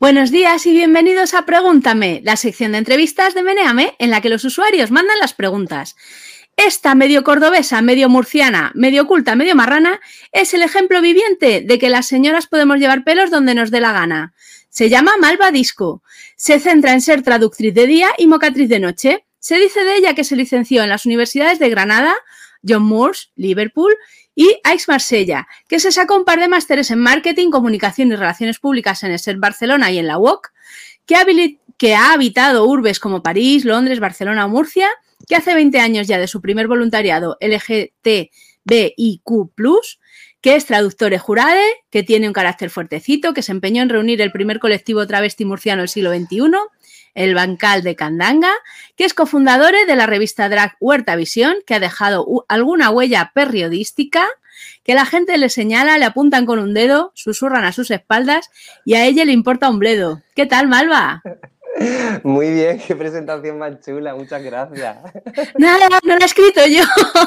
Buenos días y bienvenidos a Pregúntame, la sección de entrevistas de Menéame en la que los usuarios mandan las preguntas. Esta medio cordobesa, medio murciana, medio culta, medio marrana es el ejemplo viviente de que las señoras podemos llevar pelos donde nos dé la gana. Se llama Malva Disco. Se centra en ser traductriz de día y mocatriz de noche. Se dice de ella que se licenció en las universidades de Granada, John Moores, Liverpool y Aix-Marsella, que se sacó un par de másteres en marketing, comunicación y relaciones públicas en ESSER Barcelona y en la UOC, que ha habitado urbes como París, Londres, Barcelona o Murcia, que hace 20 años ya de su primer voluntariado LGTBIQ+, que es traductora jurade, que tiene un carácter fuertecito, que se empeñó en reunir el primer colectivo travesti murciano del siglo XXI, el Bancal de Candanga, que es cofundadora de la revista Drag Huerta Visión, que ha dejado alguna huella periodística, que la gente le señala, le apuntan con un dedo, susurran a sus espaldas y a ella le importa un bledo. ¿Qué tal, Malva? Muy bien, qué presentación más chula, muchas gracias. Nada, no la he escrito yo.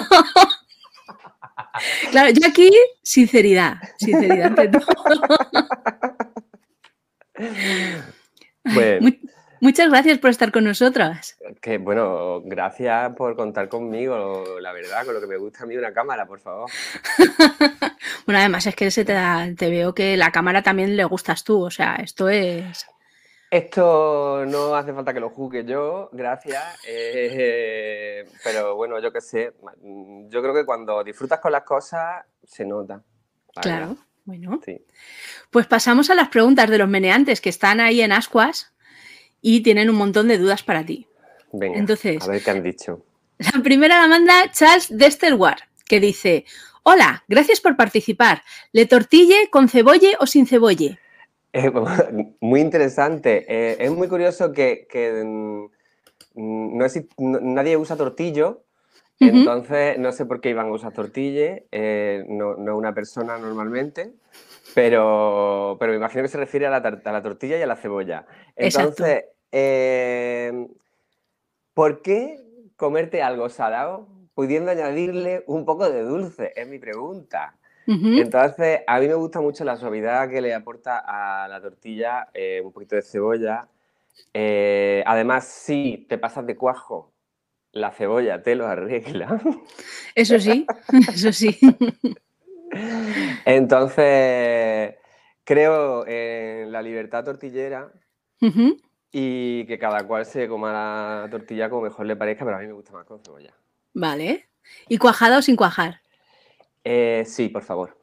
Claro, yo aquí, sinceridad ante todo. Bueno, muchas gracias por estar con nosotras. que bueno, gracias por contar conmigo, la verdad, con lo que me gusta a mí una cámara, por favor. Bueno, además es que te veo que la cámara también le gustas tú, o sea, esto es... Esto no hace falta que lo juzgue yo, gracias, pero bueno, yo qué sé, yo creo que cuando disfrutas con las cosas se nota. Claro, bueno. Sí. Pues pasamos a las preguntas de los meneantes que están ahí en Ascuas y tienen un montón de dudas para ti. Venga, entonces, a ver qué han dicho. La primera la manda Charles Desterward, que dice: hola, gracias por participar. ¿Le tortille con cebolle o sin cebolle? Muy interesante. Es muy curioso que nadie usa tortillo, entonces no sé por qué iban a usar tortille, no una persona normalmente, pero me imagino que se refiere a la tortilla y a la cebolla. Entonces, ¿por qué comerte algo salado pudiendo añadirle un poco de dulce? Es mi pregunta. Entonces, a mí me gusta mucho la suavidad que le aporta a la tortilla un poquito de cebolla. Además, si te pasas de cuajo, la cebolla te lo arregla. Eso sí, eso sí. Entonces, creo en la libertad tortillera y que cada cual se coma la tortilla como mejor le parezca, pero a mí me gusta más con cebolla. Vale. ¿Y cuajada o sin cuajar? Sí, por favor.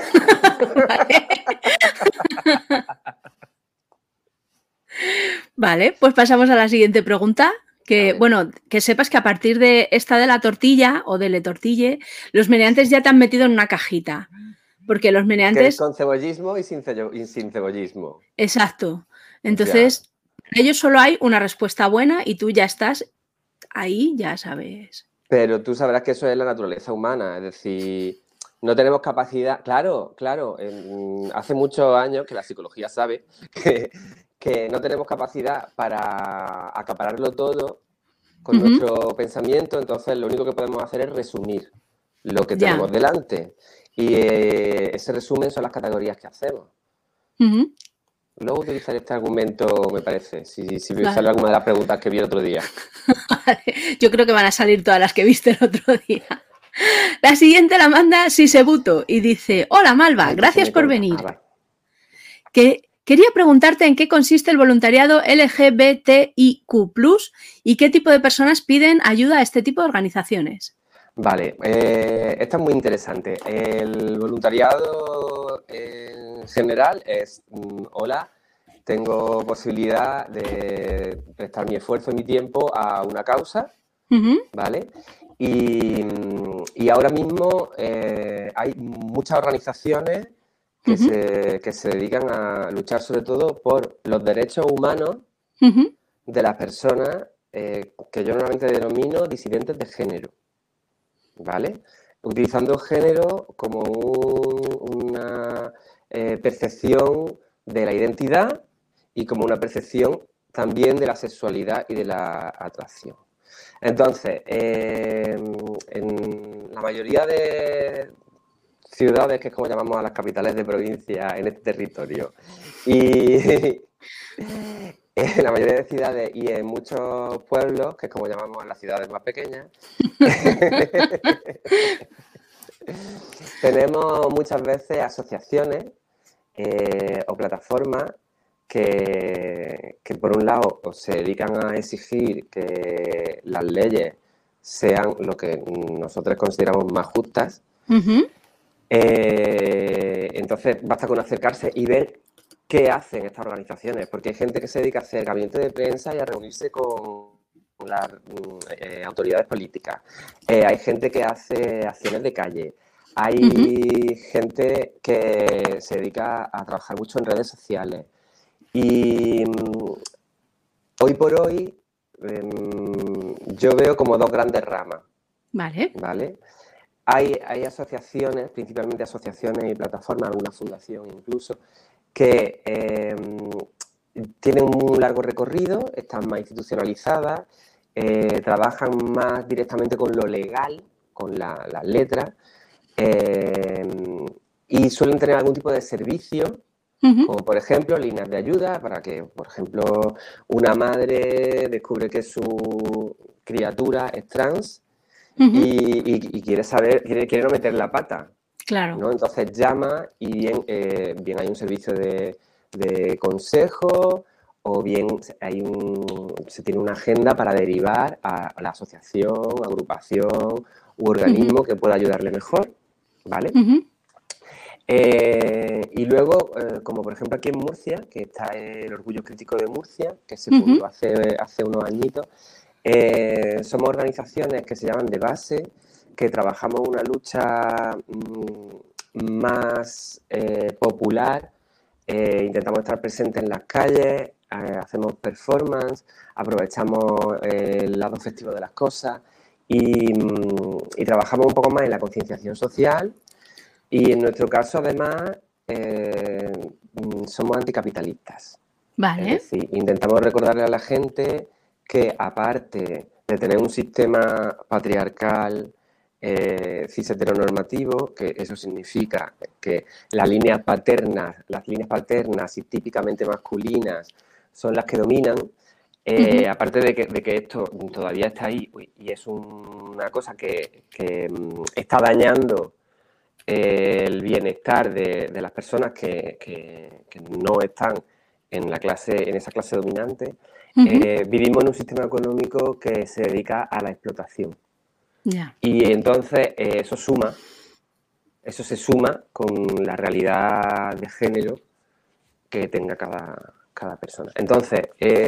Vale, pues pasamos a la siguiente pregunta. Que, bueno, que sepas que a partir de esta de la tortilla o de le tortille, los meneantes ya te han metido en una cajita. Porque los meneantes... Que es con cebollismo y sin cebollismo. Exacto. Entonces, para ellos solo hay una respuesta buena y tú ya estás ahí, ya sabes. Pero tú sabrás que eso es la naturaleza humana, es decir, no tenemos capacidad... Claro, hace muchos años que la psicología sabe que no tenemos capacidad para acapararlo todo con nuestro pensamiento, entonces lo único que podemos hacer es resumir lo que tenemos delante. Y ese resumen son las categorías que hacemos. Luego utilizaré este argumento, me parece, si me sale alguna de las preguntas que vi el otro día. Vale. Yo creo que van a salir todas las que viste el otro día. La siguiente la manda Sisebuto y dice: hola Malva, gracias por venir. Quería preguntarte en qué consiste el voluntariado LGBTIQ+, y qué tipo de personas piden ayuda a este tipo de organizaciones. Vale, esto es muy interesante. El voluntariado en general es: hola, tengo posibilidad de prestar mi esfuerzo y mi tiempo a una causa, ¿vale? Y ahora mismo hay muchas organizaciones que se dedican a luchar sobre todo por los derechos humanos de las personas que yo normalmente denomino disidentes de género, ¿vale? Utilizando género como una percepción de la identidad y como una percepción también de la sexualidad y de la atracción. Entonces, en la mayoría de ciudades, que es como llamamos a las capitales de provincia en este territorio, y En la mayoría de ciudades y en muchos pueblos, que es como llamamos a las ciudades más pequeñas, tenemos muchas veces asociaciones o plataformas que por un lado se dedican a exigir que las leyes sean lo que nosotros consideramos más justas. Entonces basta con acercarse y ver qué hacen estas organizaciones, porque hay gente que se dedica a hacer gabinete de prensa y a reunirse con las autoridades políticas. Hay gente que hace acciones de calle. Hay gente que se dedica a trabajar mucho en redes sociales. Y hoy por hoy yo veo como dos grandes ramas. ¿Vale? Hay asociaciones, principalmente asociaciones y plataformas, alguna fundación incluso, que tienen un largo recorrido, están más institucionalizadas, trabajan más directamente con lo legal, con las letras, y suelen tener algún tipo de servicio, como por ejemplo líneas de ayuda para que, por ejemplo, una madre descubre que su criatura es trans y quiere saber, quiere no meter la pata. Claro. ¿No? Entonces llama y bien hay un servicio de consejo o bien se tiene una agenda para derivar a la asociación, agrupación u organismo que pueda ayudarle mejor, ¿vale? Y luego, como por ejemplo aquí en Murcia, que está el Orgullo Crítico de Murcia, que se fundó hace unos añitos, somos organizaciones que se llaman de base, que trabajamos una lucha más popular, intentamos estar presentes en las calles, hacemos performance, aprovechamos el lado festivo de las cosas y trabajamos un poco más en la concienciación social y en nuestro caso además somos anticapitalistas. Vale. Es decir, intentamos recordarle a la gente que aparte de tener un sistema patriarcal cis heteronormativo, que eso significa que las líneas paternas y típicamente masculinas son las que dominan, aparte de que esto todavía está ahí y es una cosa que está dañando el bienestar de las personas que no están en esa clase dominante, vivimos en un sistema económico que se dedica a la explotación. Y entonces eso se suma con la realidad de género que tenga cada persona. Entonces,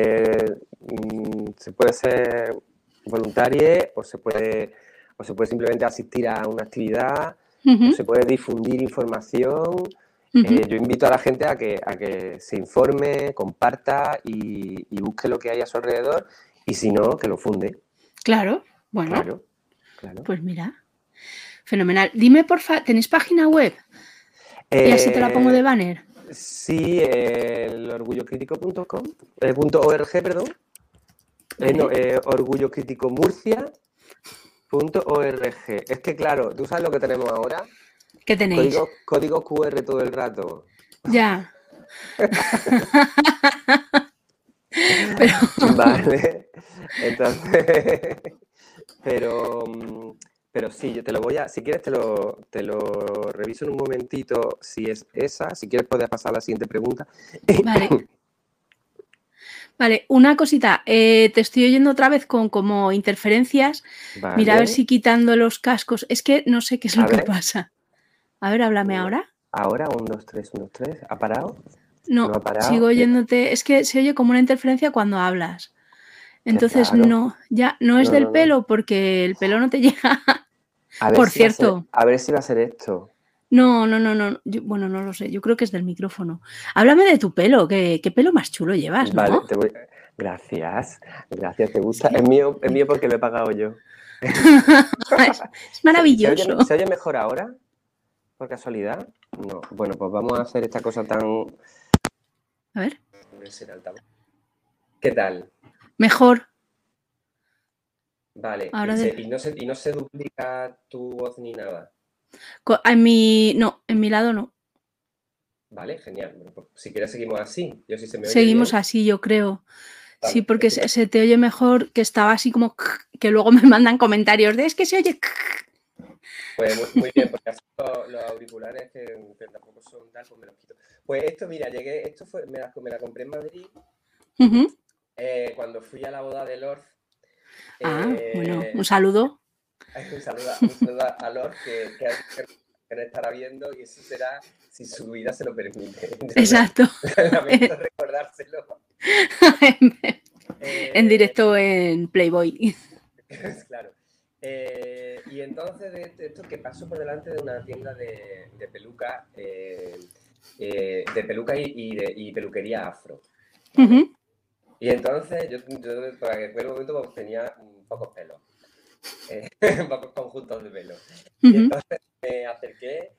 se puede ser voluntaria o se puede simplemente asistir a una actividad, o se puede difundir información. Yo invito a la gente a que se informe, comparta y busque lo que hay a su alrededor, y si no, que lo funde. Claro, bueno. Claro. Pues mira, fenomenal. Dime, porfa, ¿tenéis página web? Y así te la pongo de banner. Sí, el orgullocrítico.com, .org, perdón. Orgullocríticomurcia.org. Es que claro, ¿tú sabes lo que tenemos ahora? ¿Qué tenéis? Código QR todo el rato. Ya. Pero... Vale. Entonces... Pero sí, yo te lo voy a... Si quieres te lo reviso en un momentito si es esa. Si quieres puedes pasar a la siguiente pregunta. Vale. Vale, una cosita. Te estoy oyendo otra vez con como interferencias. Vale. Mira a ver si quitando los cascos... Es que no sé qué es lo que pasa. A ver, háblame ahora. Ahora, 1, 2, 3, 1, 2, 3. ¿Ha parado? No, ha parado. Sigo oyéndote. Es que se oye como una interferencia cuando hablas. Entonces no, ya no es del pelo porque el pelo no te llega. Por cierto. A ver si va a ser esto. No. Bueno, no lo sé. Yo creo que es del micrófono. Háblame de tu pelo. ¿Qué pelo más chulo llevas, vale, no? Gracias, ¿te gusta? Sí. Es mío porque lo he pagado yo. Es maravilloso. ¿Se oye mejor ahora? ¿Por casualidad? No. Bueno, pues vamos a hacer esta cosa tan... A ver. ¿Qué tal? Mejor. Vale. Ahora ¿Y no se duplica tu voz ni nada? En mi lado no. Vale, genial. Bueno, pues, si quieres seguimos así. Yo sí se me oye Seguimos bien. así, yo creo. Vale, Sí, porque estupendo. se te oye mejor, que estaba así como que luego me mandan comentarios de es que se oye. Pues muy bien, porque así los auriculares que tampoco son tal, pues me los quito. Pues esto, mira, esto fue, me la compré en Madrid cuando fui a la boda de Lord. Bueno, un saludo. Un saludo a Lord que no estará viendo, y eso será si su vida se lo permite. Exacto. Lamento recordárselo. En directo en Playboy. Claro. Y entonces de esto que paso por delante de una tienda de peluca, y peluquería afro. ¿Vale? Y entonces yo para que fue el momento, pues, tenía pocos pelos, pocos conjuntos de pelo. Y entonces me acerqué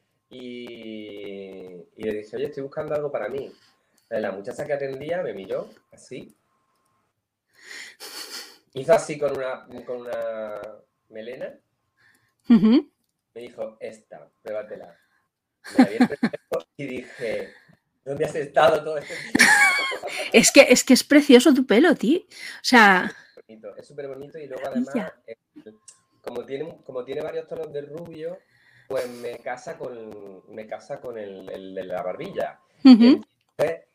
y le dije, oye, estoy buscando algo para mí. La muchacha que atendía me miró así, hizo así con una melena, me dijo, esta, pruébatela. Me la vi en el espejo y dije, ¿dónde has estado todo este tiempo? Es que es precioso tu pelo, tío. O sea... Es súper bonito, y luego además, como tiene varios tonos de rubio, pues me casa con el de la barbilla. Y entonces,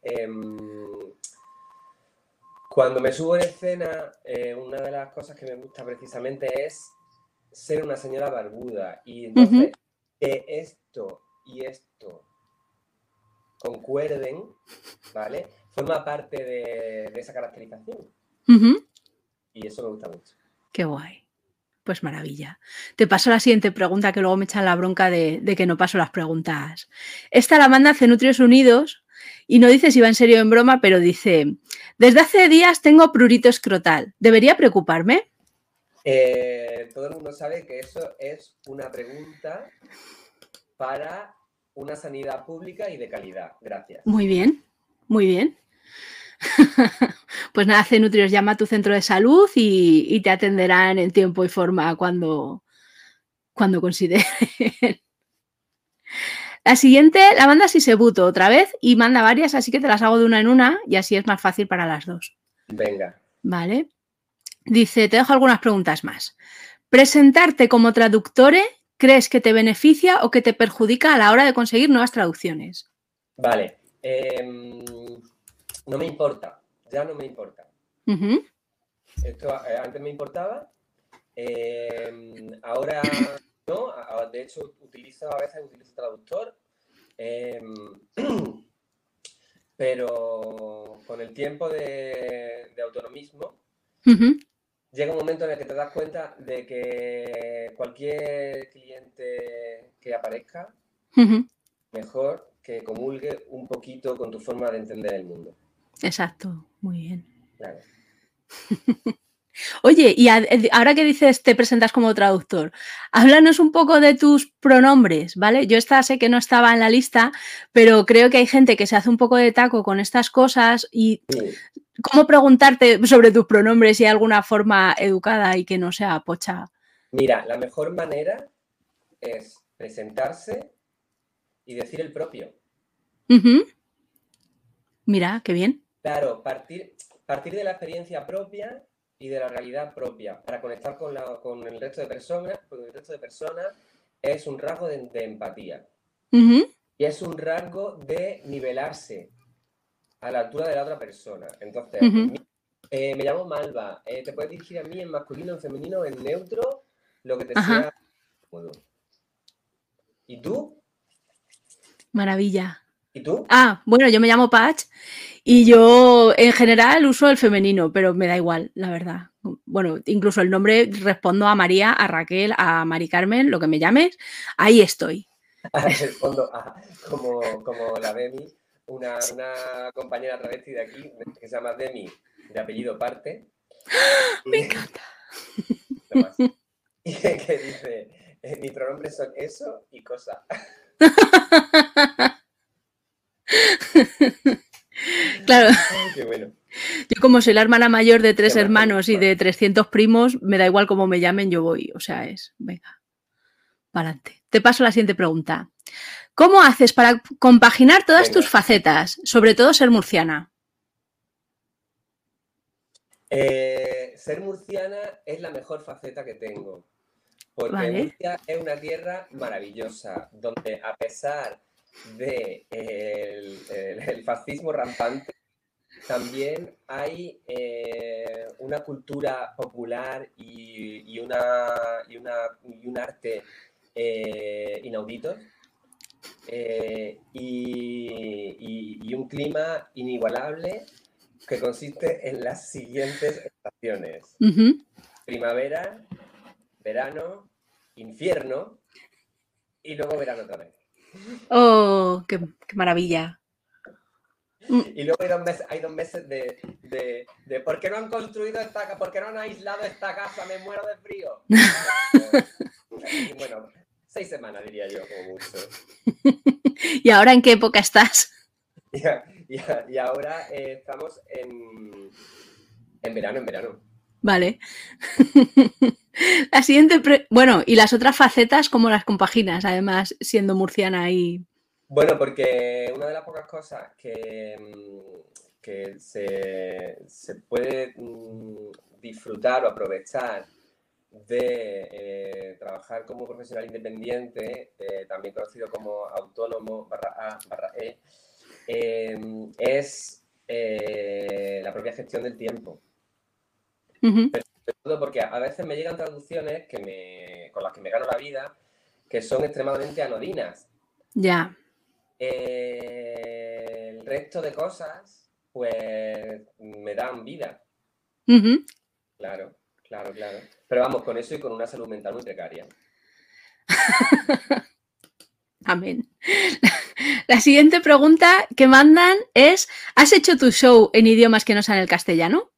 cuando me subo en escena, una de las cosas que me gusta precisamente es ser una señora barbuda. Y entonces, que esto y esto concuerden, ¿vale? Forma parte de esa caracterización. Y eso me gusta mucho. Qué guay. Pues maravilla. Te paso la siguiente pregunta, que luego me echan la bronca de que no paso las preguntas. Esta la manda Cenutrios Unidos y no dice si va en serio o en broma, pero dice, desde hace días tengo prurito escrotal. ¿Debería preocuparme? Todo el mundo sabe que eso es una pregunta para una sanidad pública y de calidad. Gracias. Muy bien, muy bien. Pues nada, Cenutrios, llama a tu centro de salud y te atenderán en tiempo y forma cuando consideren. La siguiente la manda Sisebuto otra vez y manda varias, así que te las hago de una en una y así es más fácil para las dos. Venga. Vale. Dice, te dejo algunas preguntas más. ¿Presentarte como traductore crees que te beneficia o que te perjudica a la hora de conseguir nuevas traducciones? Vale. No me importa. Ya no me importa. Esto antes me importaba. Ahora no. De hecho, a veces utilizo traductor. Pero con el tiempo de autonomismo, llega un momento en el que te das cuenta de que cualquier cliente que aparezca, mejor que comulgue un poquito con tu forma de entender el mundo. Exacto, muy bien. Claro. Oye, y ahora que dices te presentas como traductor, háblanos un poco de tus pronombres, ¿vale? Yo esta sé que no estaba en la lista, pero creo que hay gente que se hace un poco de taco con estas cosas y ¿cómo preguntarte sobre tus pronombres si hay alguna forma educada y que no sea pocha? Mira, la mejor manera es presentarse y decir el propio. Mira, qué bien. Claro, partir de la experiencia propia y de la realidad propia para conectar con el resto de personas, porque el resto de personas es un rasgo de empatía. Y es un rasgo de nivelarse a la altura de la otra persona. Entonces, me llamo Malva, te puedes dirigir a mí en masculino, en femenino, en neutro, lo que te sea cómodo. ¿Y tú? Maravilla. ¿Y tú? Ah, bueno, yo me llamo Patch y yo en general uso el femenino, pero me da igual, la verdad. Bueno, incluso el nombre respondo a María, a Raquel, a Mari Carmen, lo que me llames, ahí estoy. Respondo como la Demi, una compañera travesti de aquí que se llama Demi, de apellido Parte. Me encanta. Y que dice, mis pronombres son eso y cosa. Claro. Ay, qué bueno. Yo como soy la hermana mayor de 3 hermanos y de 300 primos, me da igual cómo me llamen, yo voy. O sea, venga, para adelante. Te paso la siguiente pregunta. ¿Cómo haces para compaginar todas Venga. tus facetas? Sobre todo ser murciana. Ser murciana es la mejor faceta que tengo. Porque Vale. Murcia es una tierra maravillosa, donde a pesar de el fascismo rampante, también hay una cultura popular y un arte inaudito y un clima inigualable que consiste en las siguientes estaciones. Primavera, verano, invierno y luego verano otra vez. ¡Oh, qué maravilla! Y luego hay dos meses de ¿por qué no han construido esta casa? ¿Por qué no han aislado esta casa? Me muero de frío. Y bueno, 6 semanas diría yo, como mucho. ¿Y ahora en qué época estás? Y ahora estamos en verano. Vale. La siguiente... Bueno, ¿y las otras facetas cómo las compaginas, además, siendo murciana y...? Bueno, porque una de las pocas cosas que se puede disfrutar o aprovechar de trabajar como profesional independiente, también conocido como autónomo /A/E, es la propia gestión del tiempo. Pero sobre todo porque a veces me llegan traducciones con las que me gano la vida que son extremadamente anodinas. Ya. El resto de cosas, pues, me dan vida. Claro. Pero vamos, con eso y con una salud mental muy precaria. Amén. La siguiente pregunta que mandan es, ¿has hecho tu show en idiomas que no sean el castellano?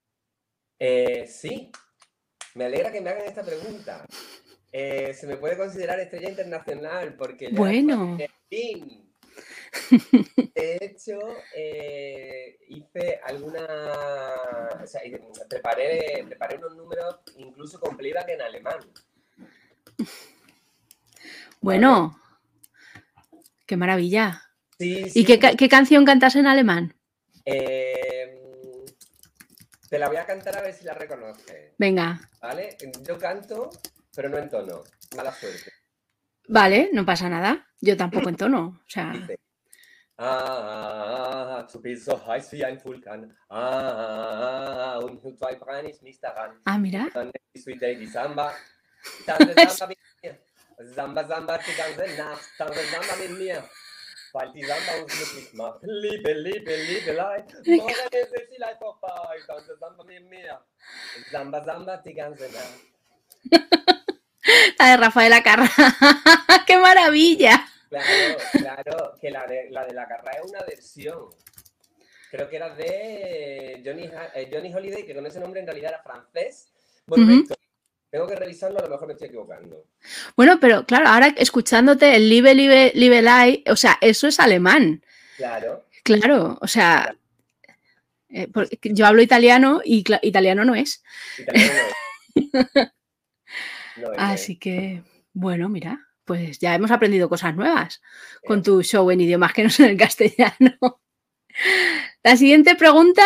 Sí. Me alegra que me hagan esta pregunta. Se me puede considerar estrella internacional porque ya bueno. De hecho, hice alguna... O sea, preparé unos números incluso con playback en alemán. Bueno, ¿vale? ¡Qué maravilla! Sí, ¿Y qué canción cantas en alemán? Te la voy a cantar a ver si la reconoces. Venga. ¿Vale? Yo canto, pero no en tono. Mala suerte. Vale, no pasa nada. Yo tampoco en tono. O sea... Dice, du bist so heiß wie ein Vulkan. Und nur 2 Beine ist nicht daran. Mira. Dann ist wieder die Samba. Samba mit mir. Samba die ganze Nacht. Samba mit mir. Weil die Samba uns glücklich macht. Liebe, Leid. Morgen ist es vielleicht vorbei. Samba mit mir. Samba die ganze Nacht. La de Rafaela Carrà. ¡Qué maravilla! Claro, que la de la Carrà es una versión. Creo que era de Johnny Holiday, que con ese nombre en realidad era francés. Bueno, tengo que revisarlo, a lo mejor me estoy equivocando. Bueno, pero claro, ahora escuchándote el Liebe, Leid, o sea, eso es alemán. Claro. Claro, o sea, yo hablo italiano y italiano no es. Italiano no es. Así que, bueno, mira, pues ya hemos aprendido cosas nuevas con tu show en idiomas que no son el castellano. La siguiente pregunta,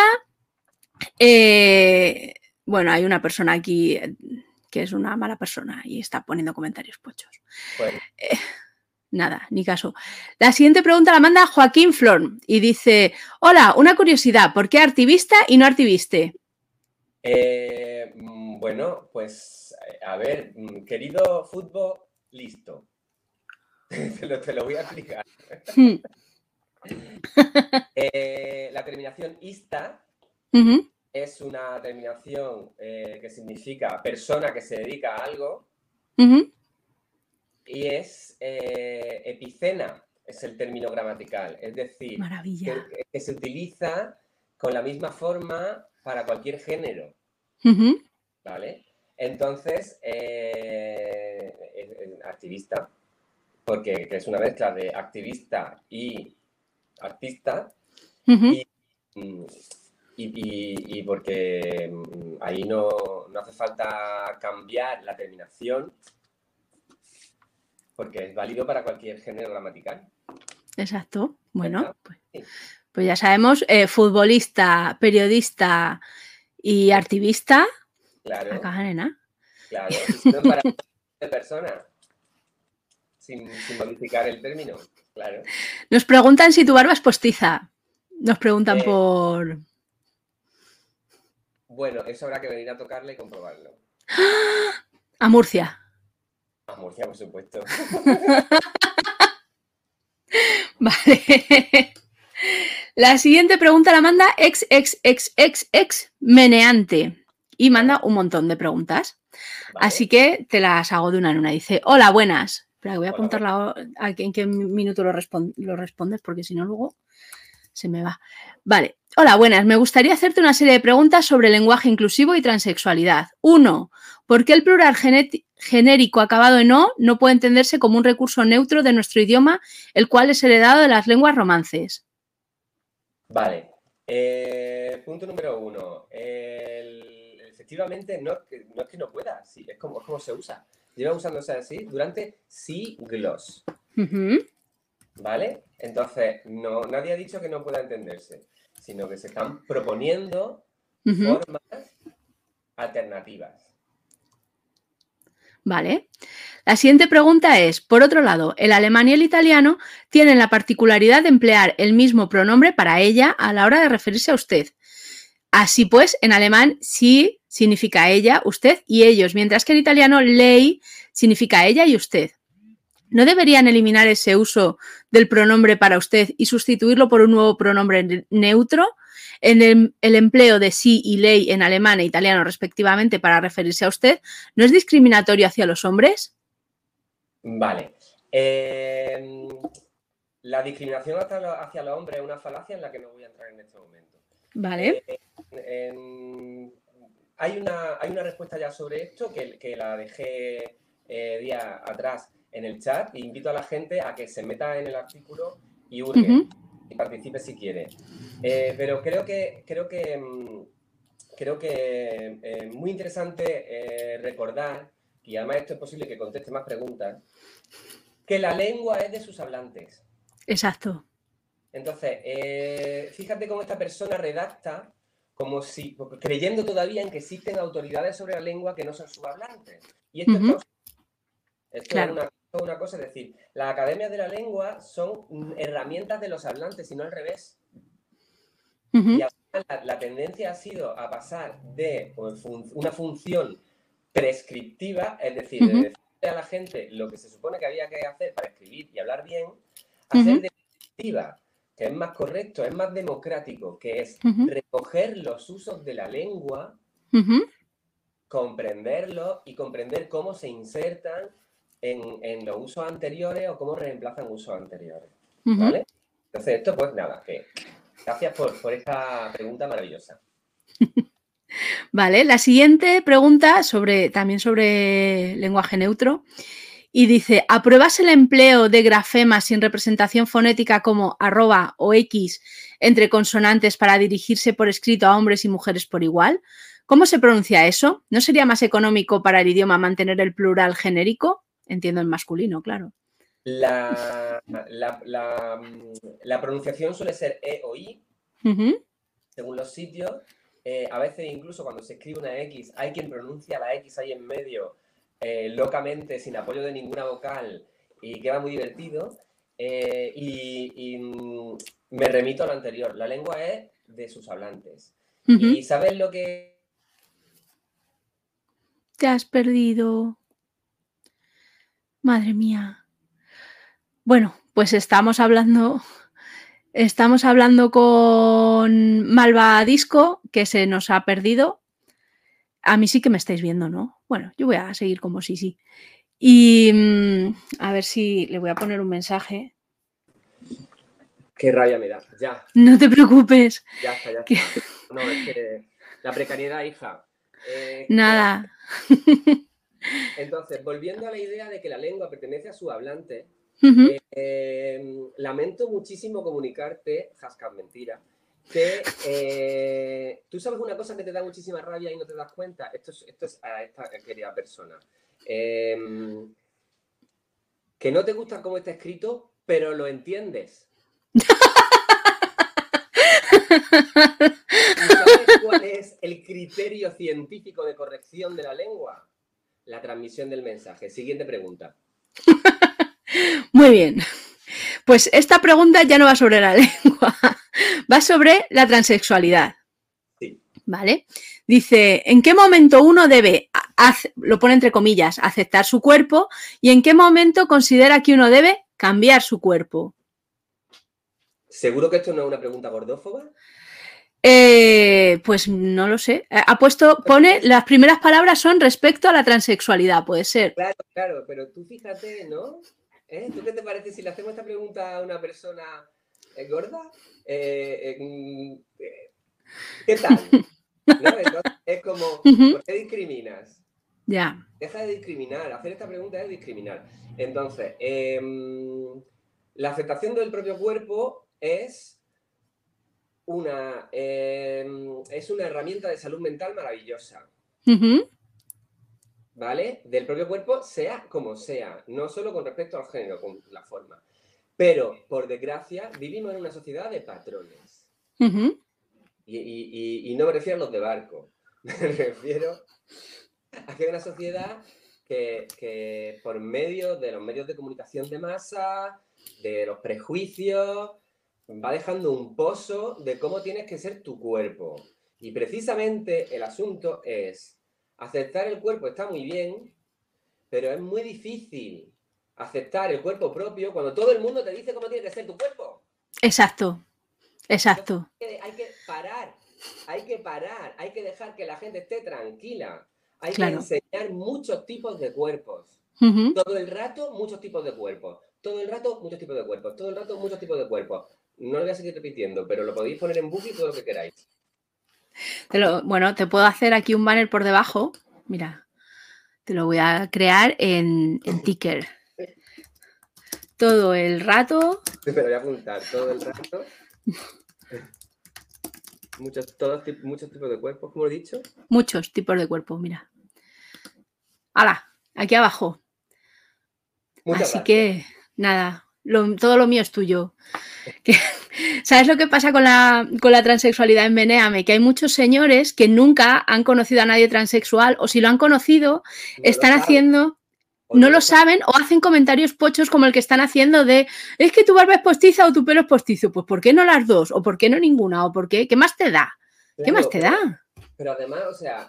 bueno, hay una persona aquí que es una mala persona y está poniendo comentarios pochos. Bueno. Nada, ni caso. La siguiente pregunta la manda Joaquín Flor y dice, hola, una curiosidad, ¿por qué activista y no activiste? Bueno, pues, a ver, querido fútbol, listo. Te lo voy a explicar. La terminación ista es una terminación que significa persona que se dedica a algo y es epicena, es el término gramatical. Es decir, que se utiliza con la misma forma para cualquier género. ¿Vale? Entonces, activista, porque es una mezcla de activista y artista, y porque ahí no hace falta cambiar la terminación porque es válido para cualquier género gramatical. Exacto. Bueno, Sí, pues ya sabemos, futbolista, periodista y activista claro, acaban en A. claro. Y si no es para de persona, sin modificar el término, claro. Nos preguntan si tu barba es postiza. Nos preguntan Eh, por... bueno, eso habrá que venir a tocarle y comprobarlo. A Murcia. A Murcia, por supuesto. Vale. La siguiente pregunta la manda ex meneante y manda un montón de preguntas. Vale. Así que te las hago de una en una. Dice, hola, buenas. Espera, voy a Hola, apuntarla en qué minuto lo respondes porque si no luego se me va. Vale. Hola, buenas. Me gustaría hacerte una serie de preguntas sobre lenguaje inclusivo y transexualidad. 1. ¿Por qué el plural genérico acabado en O no puede entenderse como un recurso neutro de nuestro idioma, el cual es heredado de las lenguas romances? Vale. Punto número 1. Efectivamente, no es que no pueda, sí, es como se usa. Lleva usándose así durante siglos. ¿Vale? Entonces, nadie ha dicho que no pueda entenderse, sino que se están proponiendo formas alternativas. Vale. La siguiente pregunta es, por otro lado, el alemán y el italiano tienen la particularidad de emplear el mismo pronombre para ella a la hora de referirse a usted. Así pues, en alemán sí significa ella, usted y ellos, mientras que en italiano lei significa ella y usted. ¿No deberían eliminar ese uso del pronombre para usted y sustituirlo por un nuevo pronombre neutro? En el empleo de sí y lei en alemán e italiano respectivamente para referirse a usted, ¿no es discriminatorio hacia los hombres? Vale. La discriminación hacia los hombres es una falacia en la que no voy a entrar en este momento. Vale. Hay una respuesta ya sobre esto que la dejé días atrás en el chat e invito a la gente a que se meta en el artículo y hurgue y participe si quiere. Pero creo que muy interesante recordar, y además esto es posible que conteste más preguntas, que la lengua es de sus hablantes. Exacto. Entonces, fíjate cómo esta persona redacta como si, creyendo todavía en que existen autoridades sobre la lengua que no son sus hablantes. Y esto, esto claro. Es una cosa, es decir, las academias de la lengua son herramientas de los hablantes y no al revés. Y la tendencia ha sido a pasar de una función prescriptiva, es decir, de decirle a la gente lo que se supone que había que hacer para escribir y hablar bien, a ser descriptiva, que es más correcto, es más democrático, que es recoger los usos de la lengua, comprenderlos y comprender cómo se insertan en los usos anteriores o cómo reemplazan usos anteriores. ¿Vale? Entonces, esto pues nada, que gracias por esta pregunta maravillosa. Vale, la siguiente pregunta también sobre lenguaje neutro y dice, ¿apruebas el empleo de grafemas sin representación fonética como arroba o X entre consonantes para dirigirse por escrito a hombres y mujeres por igual? ¿Cómo se pronuncia eso? ¿No sería más económico para el idioma mantener el plural genérico? Entiendo en masculino, claro. La pronunciación suele ser E o I, según los sitios. A veces incluso cuando se escribe una X, hay quien pronuncia la X ahí en medio locamente, sin apoyo de ninguna vocal, y queda muy divertido. Y me remito a lo anterior. La lengua es de sus hablantes. ¿Y sabes lo que...? Te has perdido. Madre mía. Bueno, pues estamos hablando con Malva Disco, que se nos ha perdido. A mí sí que me estáis viendo, ¿no? Bueno, yo voy a seguir como sí. Y a ver si le voy a poner un mensaje. Qué rabia me da, ya. No te preocupes. Ya está. No, es que la precariedad, hija. Nada. Entonces, volviendo a la idea de que la lengua pertenece a su hablante, lamento muchísimo comunicarte, Haskan, mentira, que tú sabes una cosa que te da muchísima rabia y no te das cuenta. Esto es a esta querida persona. Que que no te gusta cómo está escrito, pero lo entiendes. ¿Y sabes cuál es el criterio científico de corrección de la lengua? La transmisión del mensaje. Siguiente pregunta. Muy bien. Pues esta pregunta ya no va sobre la lengua, va sobre la transexualidad. Sí. ¿Vale? Dice, ¿en qué momento uno debe, lo pone entre comillas, aceptar su cuerpo y en qué momento considera que uno debe cambiar su cuerpo? ¿Seguro que esto no es una pregunta gordófoba? Pues no lo sé. Pone, las primeras palabras son respecto a la transexualidad, puede ser. Claro, claro, pero tú fíjate, ¿no? ¿Tú qué te parece si le hacemos esta pregunta a una persona gorda? ¿Qué tal? ¿No? Entonces, es como, ¿por qué discriminas? Ya. Deja de discriminar. Hacer esta pregunta es discriminar. Entonces, la aceptación del propio cuerpo es una herramienta de salud mental maravillosa. ¿Vale? Del propio cuerpo, sea como sea, no solo con respecto al género, con la forma. Pero, por desgracia, vivimos en una sociedad de patrones. Y no me refiero a los de barco, me refiero a que hay una sociedad que por medio de los medios de comunicación de masa, de los prejuicios, va dejando un pozo de cómo tienes que ser tu cuerpo. Y precisamente el asunto es, aceptar el cuerpo está muy bien, pero es muy difícil aceptar el cuerpo propio cuando todo el mundo te dice cómo tiene que ser tu cuerpo. Exacto, exacto. Entonces, hay que parar, hay que dejar que la gente esté tranquila. Hay que enseñar muchos tipos de cuerpos. Todo el rato, muchos tipos de cuerpos. Todo el rato, muchos tipos de cuerpos. Todo el rato, muchos tipos de cuerpos. No lo voy a seguir repitiendo, pero lo podéis poner en bucle todo lo que queráis. Bueno, te puedo hacer aquí un banner por debajo. Mira, te lo voy a crear en Ticker. Todo el rato. Te lo voy a apuntar, todo el rato. Muchos tipos de cuerpos, como he dicho. Muchos tipos de cuerpos, mira. ¡Hala! Aquí abajo. Muchas Así gracias. que, nada, todo lo mío es tuyo. ¿Sabes lo que pasa con la transexualidad en Menéame? Que hay muchos señores que nunca han conocido a nadie transexual o si lo han conocido, están haciendo... No lo saben o hacen comentarios pochos como el que están haciendo de es que tu barba es postiza o tu pelo es postizo. Pues ¿por qué no las dos? ¿O por qué no ninguna? ¿O por qué? ¿Qué más te da? ¿Qué más te da? Pero además, o sea,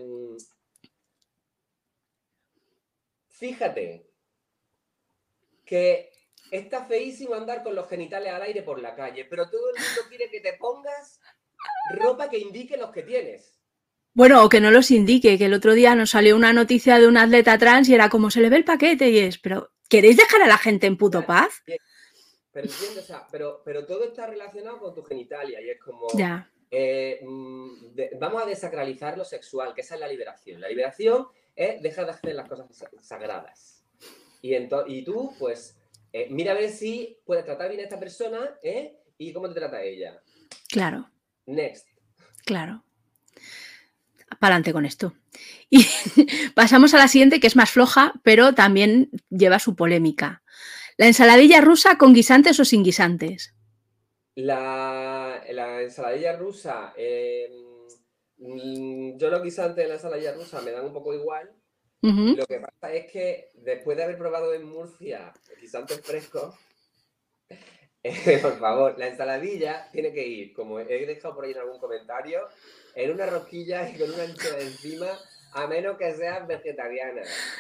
fíjate que está feísimo andar con los genitales al aire por la calle, pero todo el mundo quiere que te pongas ropa que indique los que tienes. Bueno, o que no los indique, que el otro día nos salió una noticia de un atleta trans y era como se le ve el paquete y es, pero ¿queréis dejar a la gente en puto paz? Pero entiendo, o sea, pero todo está relacionado con tu genitalia y es como... Ya. Vamos a desacralizar lo sexual, que esa es la liberación. La liberación es dejar de hacer las cosas sagradas. Y tú, pues, mira a ver si puedes tratar bien a esta persona, y cómo te trata ella. Claro. Next. Claro. Para adelante con esto. Y pasamos a la siguiente, que es más floja, pero también lleva su polémica. La ensaladilla rusa con guisantes o sin guisantes. La ensaladilla rusa, yo los guisantes de la ensaladilla rusa me dan un poco igual. Lo que pasa es que después de haber probado en Murcia guisantes frescos, por favor, la ensaladilla tiene que ir, como he dejado por ahí en algún comentario, en una rosquilla y con una anchoa encima, a menos que seas vegetariana.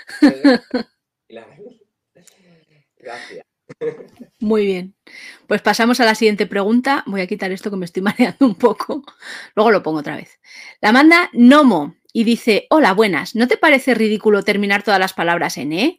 Gracias. Muy bien. Pues pasamos a la siguiente pregunta. Voy a quitar esto que me estoy mareando un poco. Luego lo pongo otra vez. La manda Nomo y dice, hola, buenas. ¿No te parece ridículo terminar todas las palabras en E?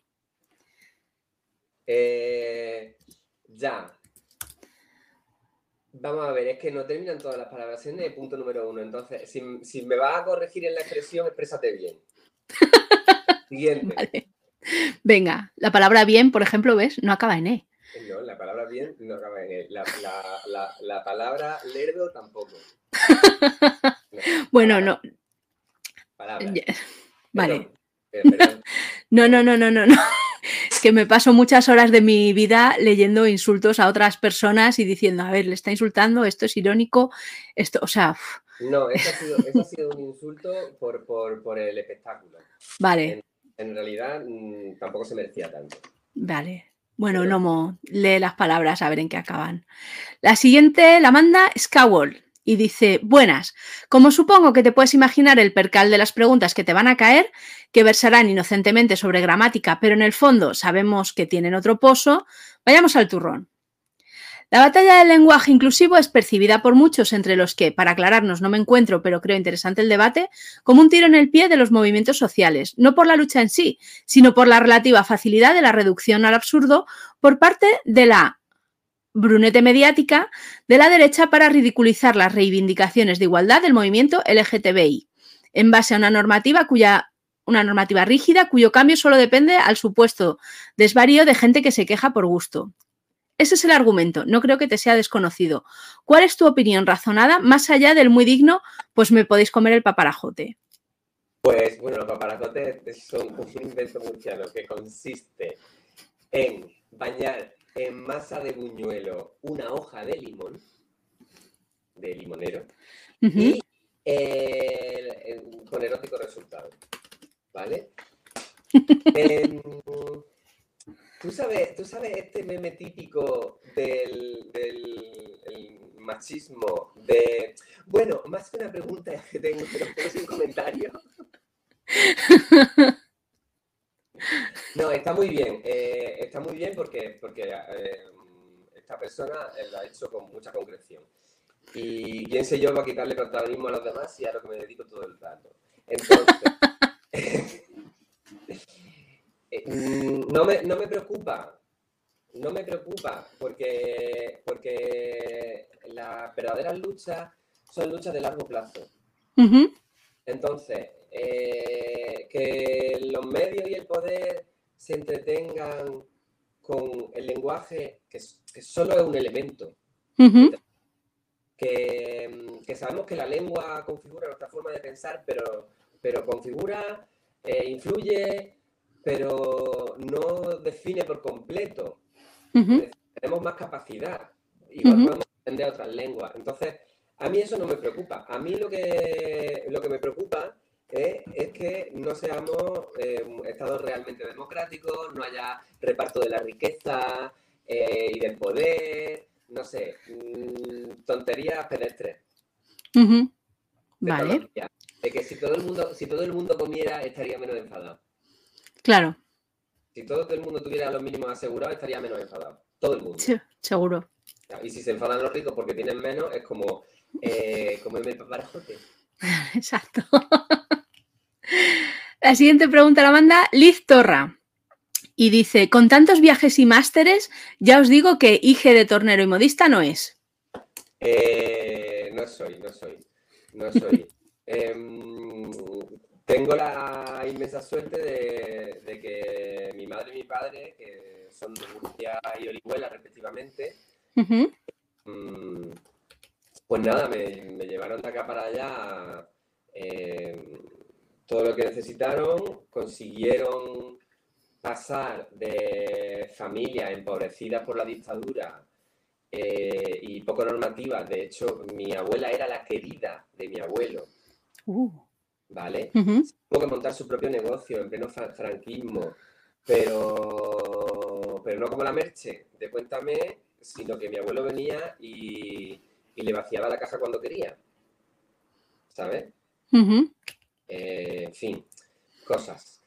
Ya. Vamos a ver, es que no terminan todas las palabras en E, punto número 1. Entonces, si me vas a corregir en la expresión, exprésate bien. Siguiente. Vale. Venga, la palabra bien, por ejemplo, ¿ves? No acaba en E. No, la palabra bien no acaba en E. La palabra lerdo tampoco. No, bueno, palabra. No. Palabra. Vale. Perdón. No. que me paso muchas horas de mi vida leyendo insultos a otras personas y diciendo, a ver, le está insultando, esto es irónico, esto, o sea... No, eso ha sido un insulto por el espectáculo. Vale. En realidad, tampoco se merecía tanto. Vale. Bueno, pero... Nomo, lee las palabras a ver en qué acaban. La siguiente la manda Skywall y dice, buenas, como supongo que te puedes imaginar el percal de las preguntas que te van a caer, que versarán inocentemente sobre gramática, pero en el fondo sabemos que tienen otro pozo, vayamos al turrón. La batalla del lenguaje inclusivo es percibida por muchos, entre los que, para aclararnos, no me encuentro, pero creo interesante el debate, como un tiro en el pie de los movimientos sociales, no por la lucha en sí, sino por la relativa facilidad de la reducción al absurdo por parte de la brunete mediática de la derecha para ridiculizar las reivindicaciones de igualdad del movimiento LGTBI, en base a una normativa rígida cuyo cambio solo depende al supuesto desvarío de gente que se queja por gusto. Ese es el argumento, no creo que te sea desconocido. ¿Cuál es tu opinión razonada, más allá del muy digno, pues me podéis comer el paparajote? Pues, bueno, los paparajotes son un invento murciano que consiste en bañar en masa de buñuelo una hoja de limón, de limonero, y con erótico resultado, ¿vale? ¿Tú sabes este meme típico del machismo? Bueno, más que una pregunta que tengo, pero es un comentario. No, está muy bien. Está muy bien porque esta persona lo ha hecho con mucha concreción. Y quién sé yo va a quitarle protagonismo a los demás y a lo que me dedico todo el rato. Entonces... No me preocupa porque las verdaderas luchas son luchas de largo plazo. Entonces, que los medios y el poder se entretengan con el lenguaje, que solo es un elemento, que sabemos que la lengua configura nuestra forma de pensar, pero configura, influye, pero no define por completo. Tenemos más capacidad. Igual podemos entender otras lenguas. Entonces, a mí eso no me preocupa. A mí lo que me preocupa es que no seamos estados realmente democráticos, no haya reparto de la riqueza y del poder, no sé, tonterías pedestres. Vale. De que si todo el mundo comiera, estaría menos enfadado. Claro. Si todo el mundo tuviera los mínimos asegurados, estaría menos enfadado. Todo el mundo. Sí, seguro. Y si se enfadan los ricos porque tienen menos, es como el paparajote. Exacto. La siguiente pregunta la manda Liz Torra. Y dice, con tantos viajes y másteres, ya os digo que hija de tornero y modista no es. No soy. Tengo la inmensa suerte de que mi madre y mi padre, que son de Murcia y Orihuela respectivamente, pues nada, me llevaron de acá para allá todo lo que necesitaron, consiguieron pasar de familias empobrecidas por la dictadura y poco normativas. De hecho, mi abuela era la querida de mi abuelo. ¿Vale? Tuvo que montar su propio negocio en pleno franquismo, pero no como la Merche de Cuéntame, sino que mi abuelo venía y le vaciaba la caja cuando quería, ¿sabes? En fin, cosas.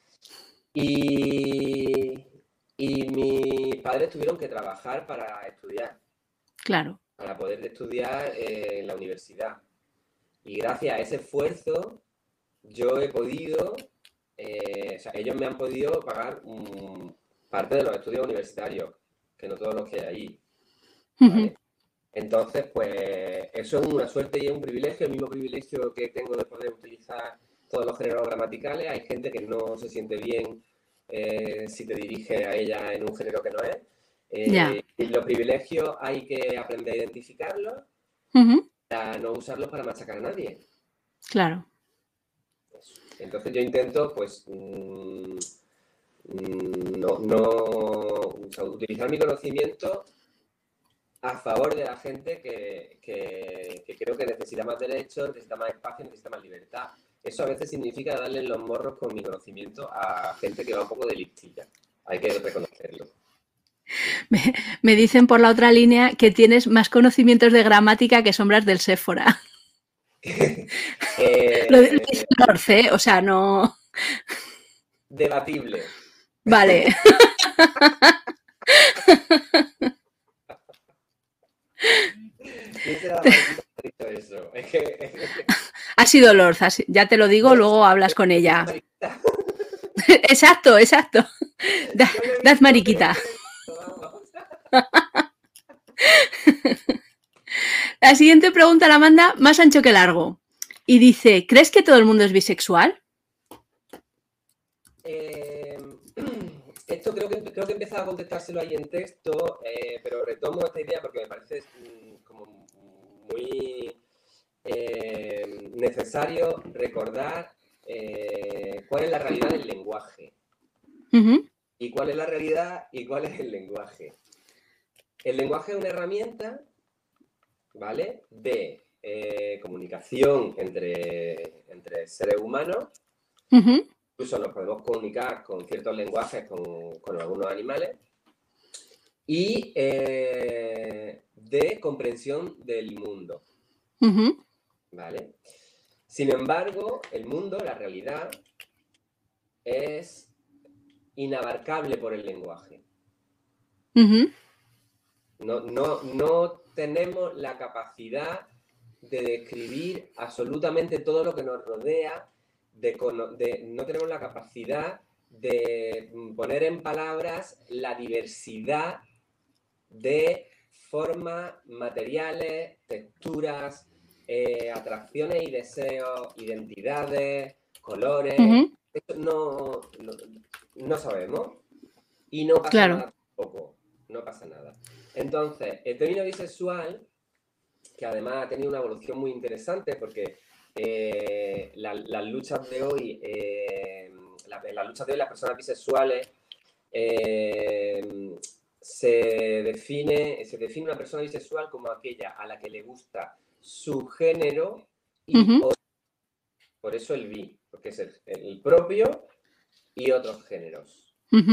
Y mis padres tuvieron que trabajar para estudiar. Claro. Para poder estudiar en la universidad. Y gracias a ese esfuerzo yo he podido, o sea, ellos me han podido pagar parte de los estudios universitarios, que no todos los que hay ahí, ¿vale? Entonces, pues, eso es una suerte y es un privilegio, el mismo privilegio que tengo de poder utilizar todos los géneros gramaticales. Hay gente que no se siente bien si te diriges a ella en un género que no es. Y los privilegios hay que aprender a identificarlos para no usarlos para machacar a nadie. Claro. Entonces yo intento, pues, o sea, utilizar mi conocimiento a favor de la gente que creo que necesita más derechos, necesita más espacio, necesita más libertad. Eso a veces significa darle los morros con mi conocimiento a gente que va un poco de listilla. Hay que reconocerlo. Me dicen por la otra línea que tienes más conocimientos de gramática que sombras del Séfora. Lo dice Lorz, ¿eh? O sea, no... Debatible. Vale. ¿Quién será la Mariquita que ha dicho eso? Ha sido Lorz, ya te lo digo, luego hablas con ella. Exacto, exacto. Dad Mariquita. La siguiente pregunta la manda más ancho que largo. Y dice, ¿crees que todo el mundo es bisexual? Esto creo que he empezado a contestárselo ahí en texto, pero retomo esta idea porque me parece como muy necesario recordar cuál es la realidad del lenguaje. Y cuál es la realidad y cuál es el lenguaje. El lenguaje es una herramienta, ¿vale?, de comunicación entre seres humanos. Incluso nos podemos comunicar con ciertos lenguajes con algunos animales. Y de comprensión del mundo. ¿Vale? Sin embargo, el mundo, la realidad, es inabarcable por el lenguaje. No tenemos la capacidad de describir absolutamente todo lo que nos rodea, no tenemos la capacidad de poner en palabras la diversidad de formas, materiales, texturas, atracciones y deseos, identidades, colores. Esto no sabemos y no pasa nada tampoco. No pasa nada. Entonces, el término bisexual, que además ha tenido una evolución muy interesante porque las luchas de hoy, las personas bisexuales, se define una persona bisexual como aquella a la que le gusta su género y por eso el bi, porque es el propio y otros géneros.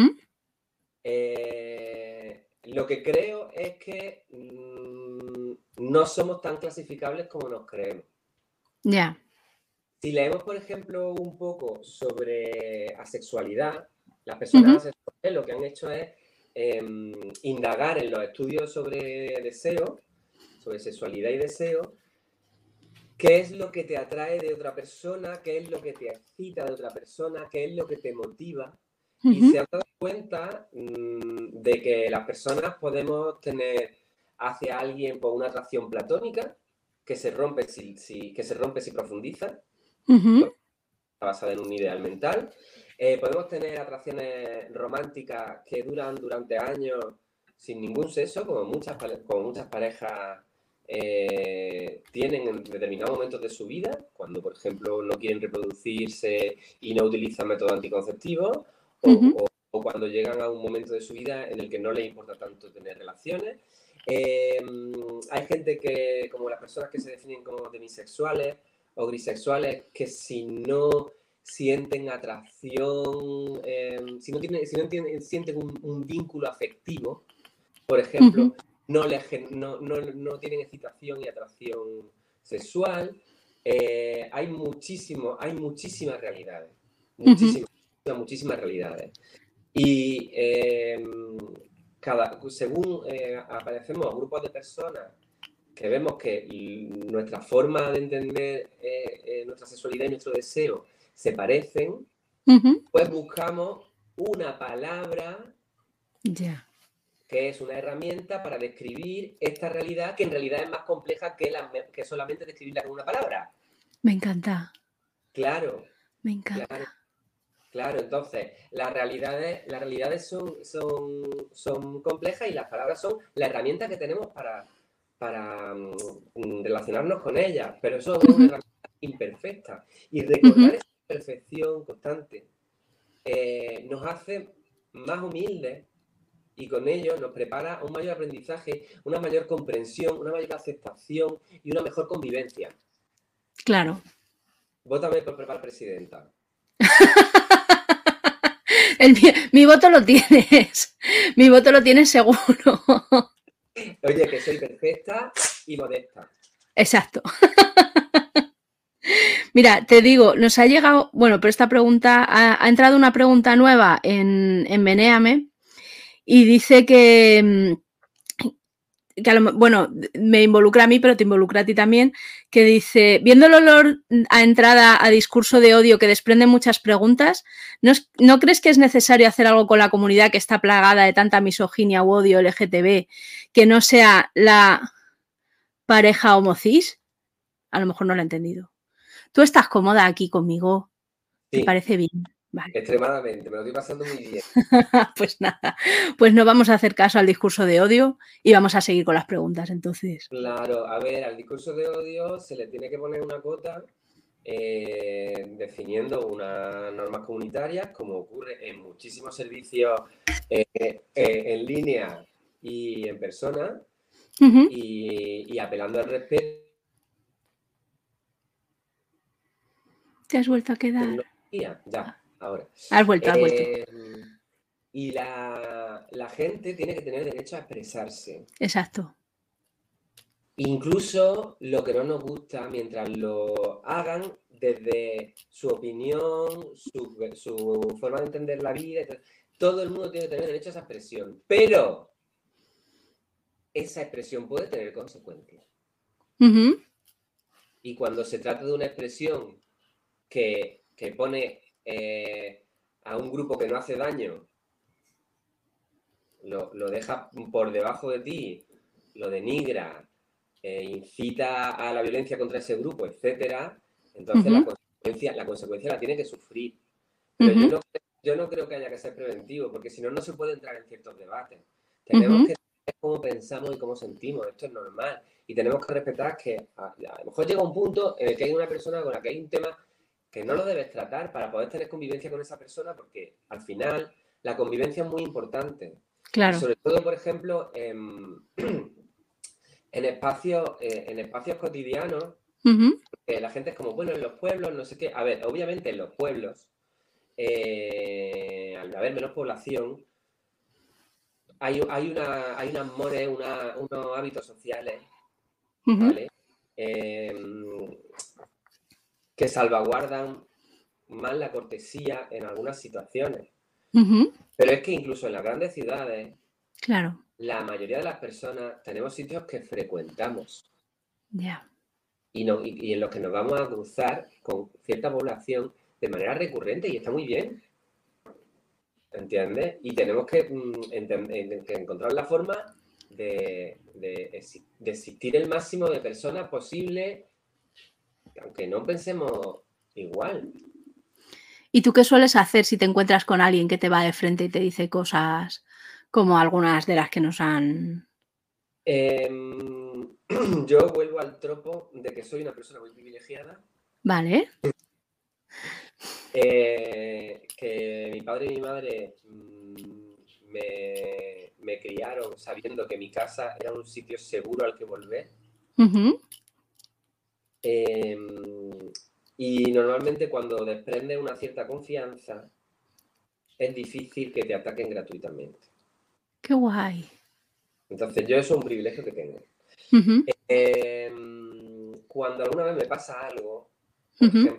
Lo que creo es que no somos tan clasificables como nos creemos. Ya. Si leemos, por ejemplo, un poco sobre asexualidad, las personas asexuales lo que han hecho es indagar en los estudios sobre deseo, sobre sexualidad y deseo, qué es lo que te atrae de otra persona, qué es lo que te excita de otra persona, qué es lo que te motiva. Y se han dado cuenta de que las personas podemos tener hacia alguien por una atracción platónica que se rompe si profundiza, está basada en un ideal mental. Podemos tener atracciones románticas que duran durante años sin ningún sexo, como muchas parejas tienen en determinados momentos de su vida, cuando, por ejemplo, no quieren reproducirse y no utilizan métodos anticonceptivos, o cuando llegan a un momento de su vida en el que no les importa tanto tener relaciones. Hay gente que, como las personas que se definen como demisexuales o grisexuales, que si no sienten atracción, si no sienten un vínculo afectivo, por ejemplo, no tienen excitación y atracción sexual. Hay muchísimas realidades, muchísimas realidades. Y según aparecemos a grupos de personas que vemos que nuestra forma de entender nuestra sexualidad y nuestro deseo se parecen, pues buscamos una palabra que es una herramienta para describir esta realidad, que en realidad es más compleja que solamente describirla con una palabra. Me encanta. Claro. Me encanta. Claro, entonces las realidades son complejas y las palabras son la herramienta que tenemos para relacionarnos con ellas, pero eso es una herramienta imperfecta. Y recordar esa perfección constante nos hace más humildes y con ello nos prepara un mayor aprendizaje, una mayor comprensión, una mayor aceptación y una mejor convivencia. Claro. Vótame por preparar presidenta. Mi voto lo tienes. Mi voto lo tienes seguro. Oye, que soy perfecta y modesta. Exacto. Mira, te digo, nos ha llegado, bueno, pero esta pregunta, ha entrado una pregunta nueva en Menéame y dice que bueno, me involucra a mí, pero te involucra a ti también, que dice, viendo el olor a entrada a discurso de odio que desprende muchas preguntas, ¿no crees que es necesario hacer algo con la comunidad que está plagada de tanta misoginia u odio LGTB, que no sea la pareja homocis? A lo mejor no lo he entendido. ¿Tú estás cómoda aquí conmigo? ¿Te parece bien? Vale. Extremadamente, me lo estoy pasando muy bien. Pues nada, pues no vamos a hacer caso al discurso de odio y vamos a seguir con las preguntas, entonces. Claro, a ver, al discurso de odio se le tiene que poner una cota definiendo unas normas comunitarias, como ocurre en muchísimos servicios en línea y en persona, y apelando al respeto. ¿Te has vuelto a quedar? Ya, ahora. Has vuelto. Y la gente tiene que tener derecho a expresarse. Exacto. Incluso lo que no nos gusta, mientras lo hagan desde su opinión, su forma de entender la vida, todo el mundo tiene que tener derecho a esa expresión. Pero esa expresión puede tener consecuencias. Y cuando se trata de una expresión que pone a un grupo que no hace daño, lo deja por debajo de ti, lo denigra, incita a la violencia contra ese grupo, etcétera, entonces la consecuencia la tiene que sufrir. Pero yo no creo que haya que ser preventivo, porque si no, no se puede entrar en ciertos debates. Tenemos que saber cómo pensamos y cómo sentimos, esto es normal. Y tenemos que respetar que a lo mejor llega un punto en el que hay una persona con la que hay un tema que no lo debes tratar para poder tener convivencia con esa persona, porque al final la convivencia es muy importante. Claro. Y sobre todo, por ejemplo, en espacios cotidianos, la gente es como, bueno, en los pueblos, no sé qué. A ver, obviamente en los pueblos, al haber menos población, hay unas mores, unos hábitos sociales, ¿vale? Que salvaguardan más la cortesía en algunas situaciones. Pero es que incluso en las grandes ciudades, claro, la mayoría de las personas tenemos sitios que frecuentamos. Ya. Y en los que nos vamos a cruzar con cierta población de manera recurrente, y está muy bien. ¿Entiendes? Y tenemos que encontrar la forma de existir el máximo de personas posible, aunque no pensemos igual. ¿Y tú qué sueles hacer si te encuentras con alguien que te va de frente y te dice cosas como algunas de las que nos han... Yo vuelvo al tropo de que soy una persona muy privilegiada. Vale. Que mi padre y mi madre me criaron sabiendo que mi casa era un sitio seguro al que volver. Y normalmente cuando desprende una cierta confianza, es difícil que te ataquen gratuitamente. ¡Qué guay! Entonces yo eso es un privilegio que tengo. Cuando alguna vez me pasa algo, por ejemplo,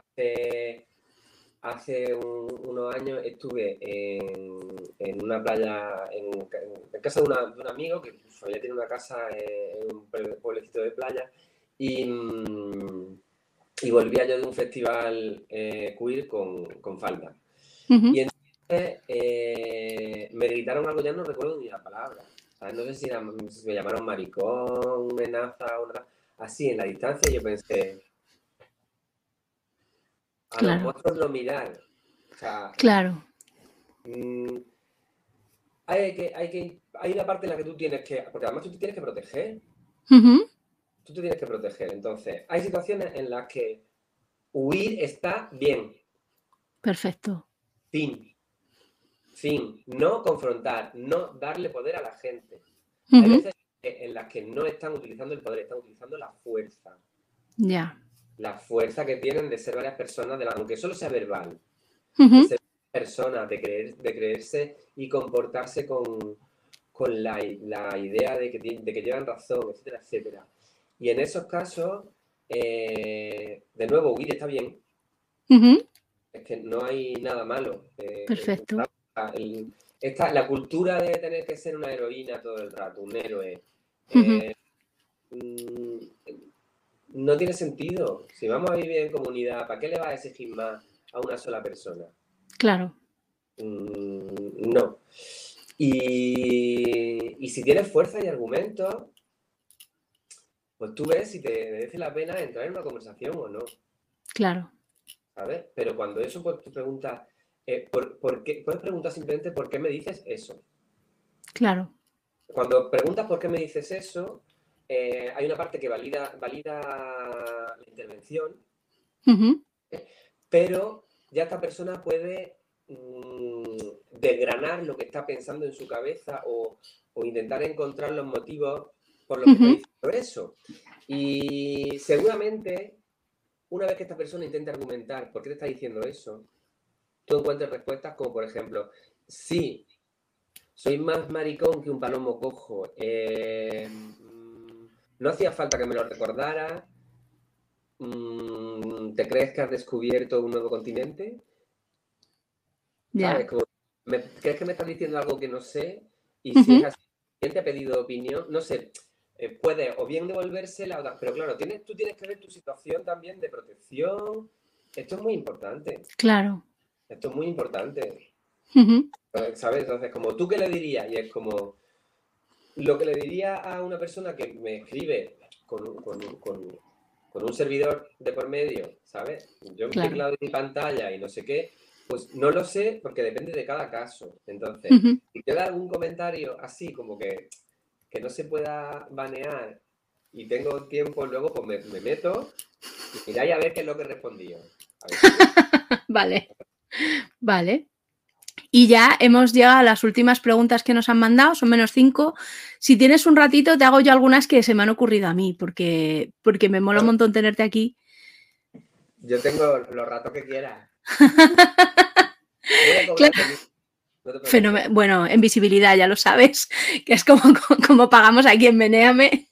hace unos años estuve en una playa, en casa de un amigo que su familia tiene una casa en un pueblecito de playa, y volvía yo de un festival queer con falda. Y entonces me gritaron algo, ya no recuerdo ni la palabra. ¿Sabes? No sé si me llamaron maricón, menaza, así en la distancia. Yo pensé, a los monstruos no mirar. O sea, claro. Hay una parte en la que tú tienes que, porque además tú te tienes que proteger. Tú te tienes que proteger. Entonces, hay situaciones en las que huir está bien. Perfecto. Fin. fin, no confrontar, no darle poder a la gente. Hay veces en las que no están utilizando el poder, están utilizando la fuerza. Ya. La fuerza que tienen de ser varias personas, aunque solo sea verbal, de ser personas, de creerse y comportarse con la idea de que llevan razón, etcétera, etcétera. Y en esos casos, de nuevo, huir está bien. Es que no hay nada malo. Perfecto. La cultura de tener que ser una heroína todo el rato, un héroe, no tiene sentido. Si vamos a vivir en comunidad, ¿para qué le vas a exigir más a una sola persona? Claro. No. Y si tienes fuerza y argumentos, pues tú ves si te merece la pena entrar en una conversación o no. Claro. ¿Sabes? Pero cuando eso, pues tú preguntas, ¿por qué? Puedes preguntar simplemente ¿por qué me dices eso? Claro. Cuando preguntas ¿por qué me dices eso? Hay una parte que valida la intervención, pero ya esta persona puede desgranar lo que está pensando en su cabeza o intentar encontrar los motivos por los que está diciendo eso. Y seguramente, una vez que esta persona intente argumentar por qué te está diciendo eso, tú encuentres respuestas como, por ejemplo, sí, soy más maricón que un palomo cojo. No hacía falta que me lo recordara. ¿Te crees que has descubierto un nuevo continente? ¿Sabes? Como, ¿crees que me estás diciendo algo que no sé? Y si es así, ¿quién te ha pedido opinión? No sé, puede o bien devolvérsela, pero claro, tú tienes que ver tu situación también de protección. Esto es muy importante. Claro. Esto es muy importante. ¿Sabes? Entonces, como tú, ¿qué le dirías? Y es como lo que le diría a una persona que me escribe con un servidor de por medio, ¿sabes? Yo me he teclado en mi pantalla y no sé qué, pues no lo sé porque depende de cada caso. Entonces, si te da algún comentario así como que no se pueda banear y tengo tiempo luego, pues me meto y miráis a ver qué es lo que he respondido. Vale. Y ya hemos llegado a las últimas preguntas que nos han mandado, son -5. Si tienes un ratito, te hago yo algunas que se me han ocurrido a mí, porque me mola un montón tenerte aquí. Yo tengo los ratos que quieras. Claro. Bueno, en visibilidad, ya lo sabes, que es como pagamos aquí en Menéame.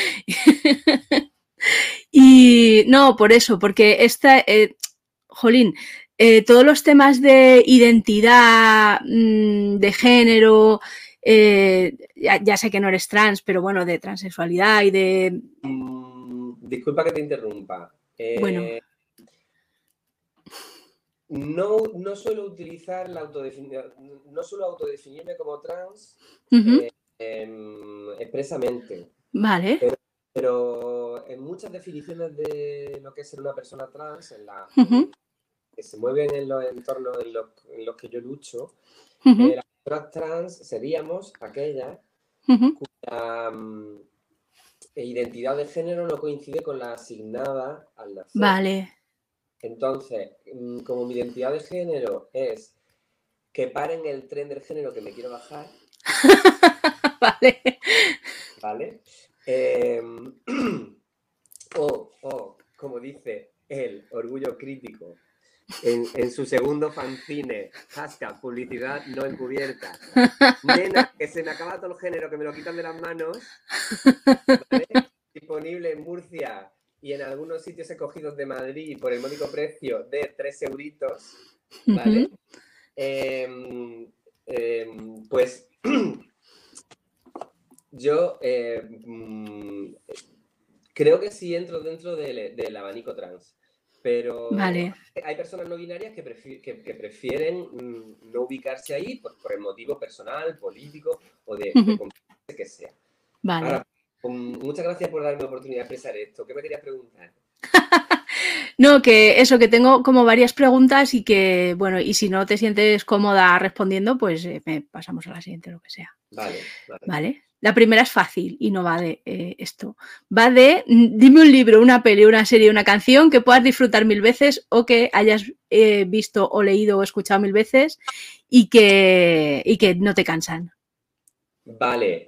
Y no, por eso, porque jolín, todos los temas de identidad, de género, ya sé que no eres trans, pero bueno, de transexualidad y de... Disculpa que te interrumpa. Bueno. No suelo utilizar no suelo autodefinirme como trans expresamente. Vale. Pero en muchas definiciones de lo que es ser una persona trans, en la que se mueven en los entornos en los que yo lucho, las personas trans seríamos aquellas cuya identidad de género no coincide con la asignada al nacer. Vale. Entonces, como mi identidad de género es que paren el tren del género que me quiero bajar. Vale. ¿Vale? O, como dice el Orgullo Crítico en su segundo fanzine, #publicidad no encubierta. Nena, que se me acaba todo el género, que me lo quitan de las manos. ¿Vale? Disponible en Murcia y en algunos sitios escogidos de Madrid por el módico precio de 3 euritos, ¿vale? Pues yo creo que sí entro dentro del abanico trans, pero vale. Hay personas no binarias que prefieren no ubicarse ahí por el motivo personal, político o de que sea. Vale. Ahora, muchas gracias por darme la oportunidad de expresar esto. ¿Qué me querías preguntar? No, que tengo como varias preguntas y que, bueno, y si no te sientes cómoda respondiendo, pues pasamos a la siguiente, lo que sea. Vale. La primera es fácil y no va de esto. Va de, dime un libro, una peli, una serie, una canción que puedas disfrutar 1000 veces o que hayas visto o leído o escuchado 1000 veces y que no te cansan. Vale,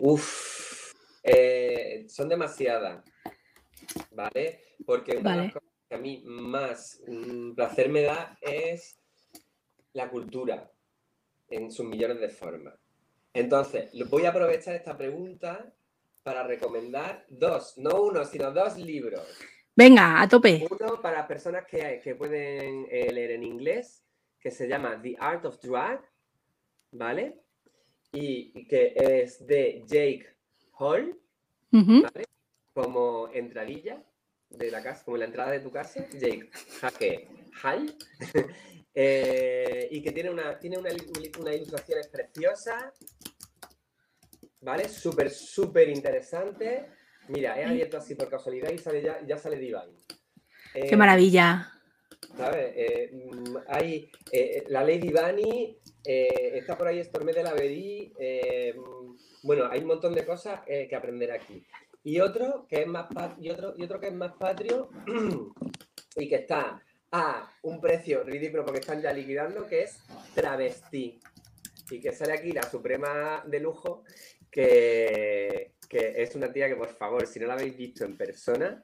son demasiadas, ¿vale? Porque una de las cosas que a mí más placer me da es la cultura en sus millones de formas. Entonces, voy a aprovechar esta pregunta para recomendar no uno, sino dos libros. Venga, a tope. Uno para personas que pueden leer en inglés, que se llama The Art of Drag, ¿vale? Y que es de Jake Hall, ¿vale? Como entradilla de la casa, como la entrada de tu casa, Jake Hall. Y que tiene unas ilustraciones preciosas, ¿vale? Súper interesante. Mira, he abierto así por casualidad y ya sale Divine. ¡Qué maravilla! ¿Sabes? Hay la Lady Bunny, está por ahí Stormé de la Verí. Bueno, hay un montón de cosas que aprender aquí. Y otro que es más patrio y que está a un precio ridículo porque están ya liquidando, que es Travesti. Y que sale aquí la Suprema de lujo, que es una tía que, por favor, si no la habéis visto en persona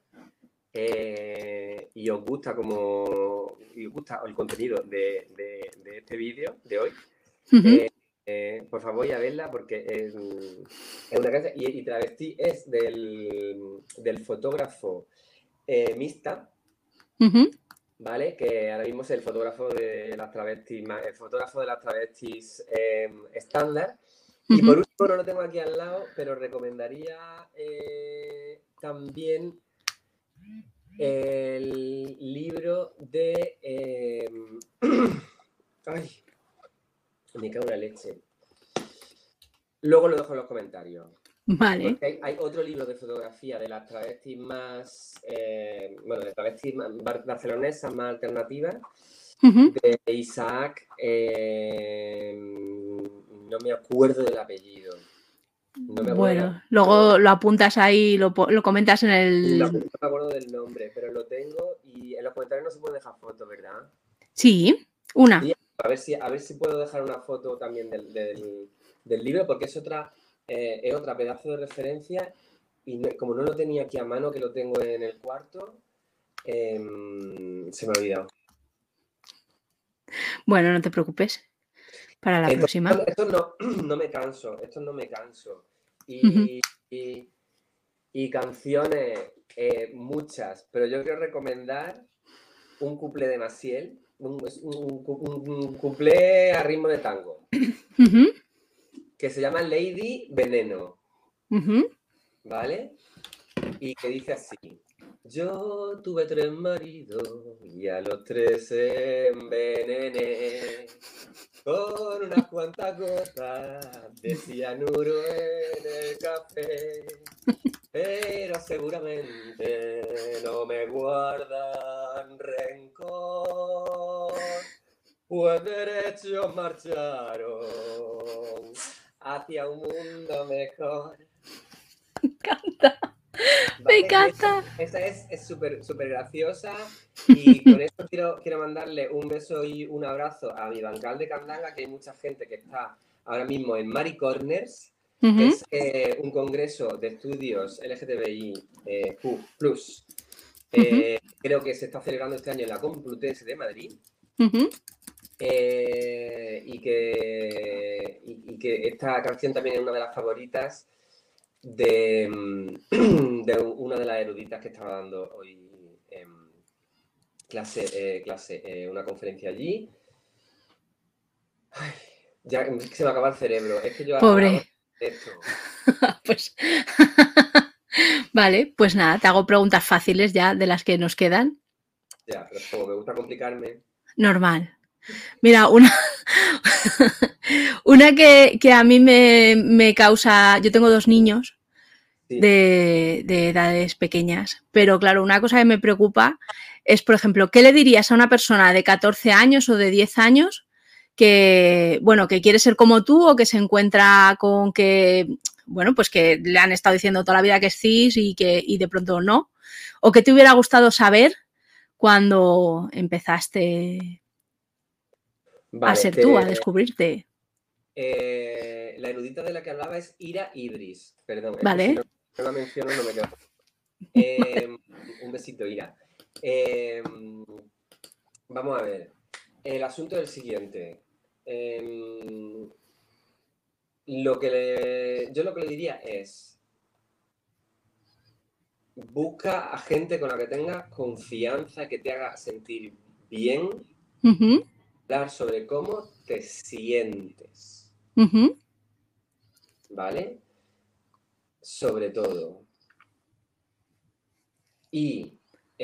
y os gusta el contenido de este vídeo de hoy, por favor, ya verla porque es una casa. Y Travesti es del fotógrafo Mista, ¿vale? Que ahora mismo es el fotógrafo de las travestis, estándar. Y por último, no lo tengo aquí al lado, pero recomendaría también el libro de... ay, me cago en la leche. Luego lo dejo en los comentarios. Vale. Porque hay otro libro de fotografía de las travestis más... de travestis barcelonesas más alternativas, de Isaac... no me acuerdo del apellido. Bueno, luego lo apuntas ahí, lo comentas en el... No me acuerdo del nombre, pero lo tengo y en los comentarios no se puede dejar foto, ¿verdad? Sí, una. Sí, a ver si puedo dejar una foto también del libro, porque es otra pedazo de referencia y como no lo tenía aquí a mano, que lo tengo en el cuarto, se me ha olvidado. Bueno, no te preocupes. Para la próxima. Esto no me canso. Y canciones, muchas, pero yo quiero recomendar un cuplé de Maciel, un cuplé a ritmo de tango, que se llama Lady Veneno, ¿vale? Y que dice así: yo tuve 3 maridos y a los 3 envenené con unas cuantas gotas de cianuro en el café, pero seguramente no me guardan rencor, pues derechos marcharon hacia un mundo mejor. Me encanta. Me encanta. Esa es súper graciosa y con esto quiero mandarle un beso y un abrazo a mi bancal de Candanga, que hay mucha gente que está ahora mismo en Mari Corners, que es un congreso de estudios LGTBIQ+. Creo que se está celebrando este año en la Complutense de Madrid. Y que esta canción también es una de las favoritas de una de las eruditas que estaba dando hoy una conferencia allí. Ay, ya se me acaba el cerebro. Es que yo Pobre. Esto. Pues vale, pues nada, te hago preguntas fáciles ya de las que nos quedan. Ya, pero como me gusta complicarme. Normal. Mira, una que a mí me causa... Yo tengo 2 niños de edades pequeñas, pero claro, una cosa que me preocupa es, por ejemplo, ¿qué le dirías a una persona de 14 años o de 10 años que, bueno, que quiere ser como tú o que se encuentra con que, bueno, pues que le han estado diciendo toda la vida que es cis y de pronto no? ¿O qué te hubiera gustado saber cuando empezaste a ser tú, a descubrirte? La erudita de la que hablaba es Ira Idris. Perdón, es Vale. que si no la menciono no me quedo. Un besito, Ira. Vamos a ver. El asunto es el siguiente. Yo lo que le diría es: busca a gente con la que tengas confianza, que te haga sentir bien, hablar sobre cómo te sientes. ¿Vale? Sobre todo. Y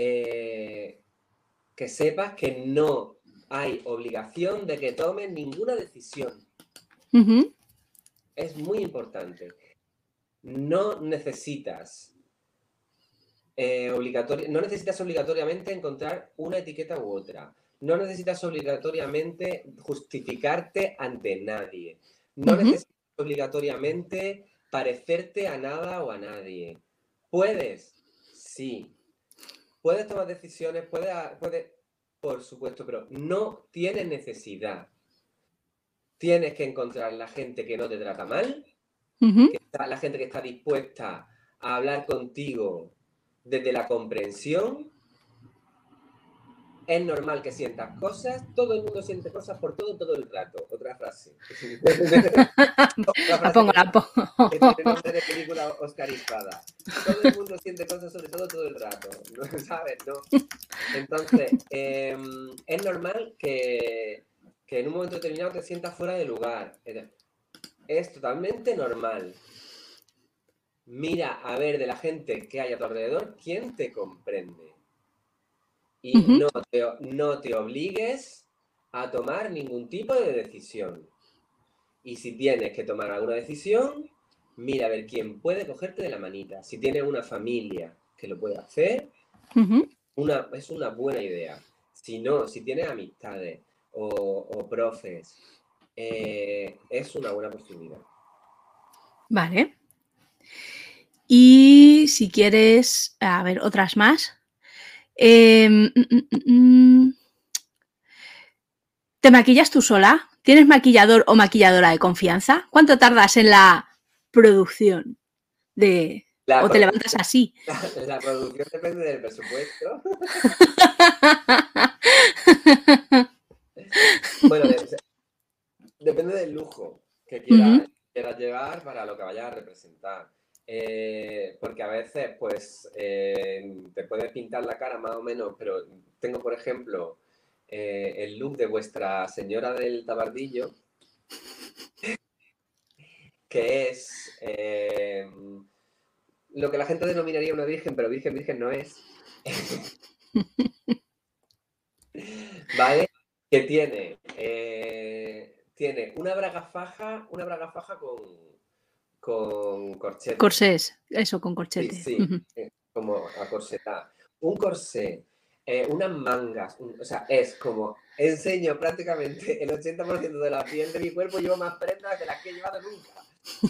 que sepas que no hay obligación de que tomes ninguna decisión. Es muy importante. No necesitas no necesitas obligatoriamente encontrar una etiqueta u otra. No necesitas obligatoriamente justificarte ante nadie. No necesitas obligatoriamente parecerte a nada o a nadie. ¿Puedes? Sí. Puedes tomar decisiones, puedes, por supuesto, pero no tienes necesidad. Tienes que encontrar la gente que no te trata mal, la gente que está dispuesta a hablar contigo desde la comprensión. Es normal que sientas cosas, todo el mundo siente cosas por todo el rato. Otra frase. La pongo. Que tiene nombre de película oscarizada. Todo el mundo siente cosas sobre todo el rato. ¿No? ¿Sabes? ¿No? Entonces, es normal que en un momento determinado te sientas fuera de lugar. Es totalmente normal. Mira a ver de la gente que hay a tu alrededor quién te comprende. Y no te obligues a tomar ningún tipo de decisión. Y si tienes que tomar alguna decisión, mira a ver quién puede cogerte de la manita. Si tienes una familia que lo puede hacer, es una buena idea. Si no, si tienes amistades o profes, es una buena posibilidad. Vale. Y si quieres, a ver, otras más. ¿Te maquillas tú sola? ¿Tienes maquillador o maquilladora de confianza? ¿Cuánto tardas en la producción o te levantas así? La producción depende del presupuesto. Bueno, depende del lujo que quieras llevar para lo que vayas a representar. Porque a veces, pues, te puedes pintar la cara más o menos, pero tengo, por ejemplo, el look de Vuestra Señora del Tabardillo, que es lo que la gente denominaría una virgen, pero virgen no es. ¿Vale? Que tiene una braga faja con corchete. Corsés, eso, con corchete. Sí, como acorsetada. Un corsé, unas mangas, o sea, es como, enseño prácticamente el 80% de la piel de mi cuerpo, llevo más prendas de las que he llevado nunca.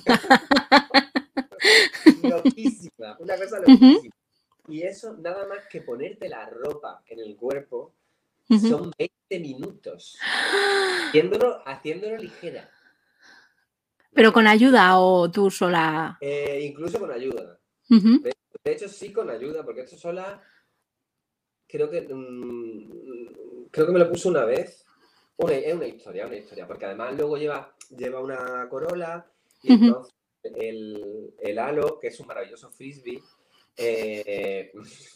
Loquísima, una cosa loquísima. Y eso, nada más que ponerte la ropa en el cuerpo, son 20 minutos. Haciéndolo ligera. ¿Pero con ayuda o tú sola? Incluso con ayuda. De hecho, sí con ayuda, porque esto sola creo que me lo puso una vez. Es una historia, porque además luego lleva una corola y entonces el halo, que es un maravilloso frisbee, Qué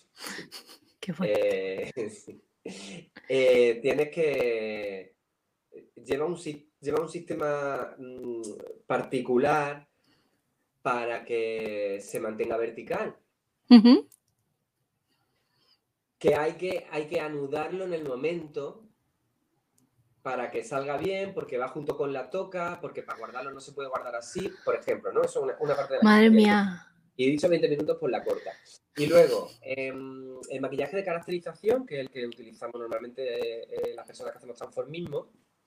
fuerte. tienes que... Lleva un sistema particular para que se mantenga vertical. Que hay que anudarlo en el momento para que salga bien, porque va junto con la toca, porque para guardarlo no se puede guardar así, por ejemplo, ¿no? Eso es una parte de la Madre mía. Y he dicho 20 minutos por la corta. Y luego, el maquillaje de caracterización, que es el que utilizamos normalmente las personas que hacemos transformismo,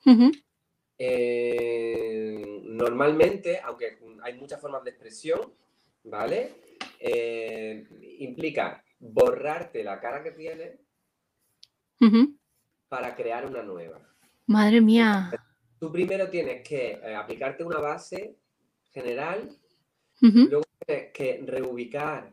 normalmente, aunque hay muchas formas de expresión, ¿vale? Implica borrarte la cara que tienes para crear una nueva. Madre mía. tú primero tienes que aplicarte una base general, Ujú, luego tienes que reubicar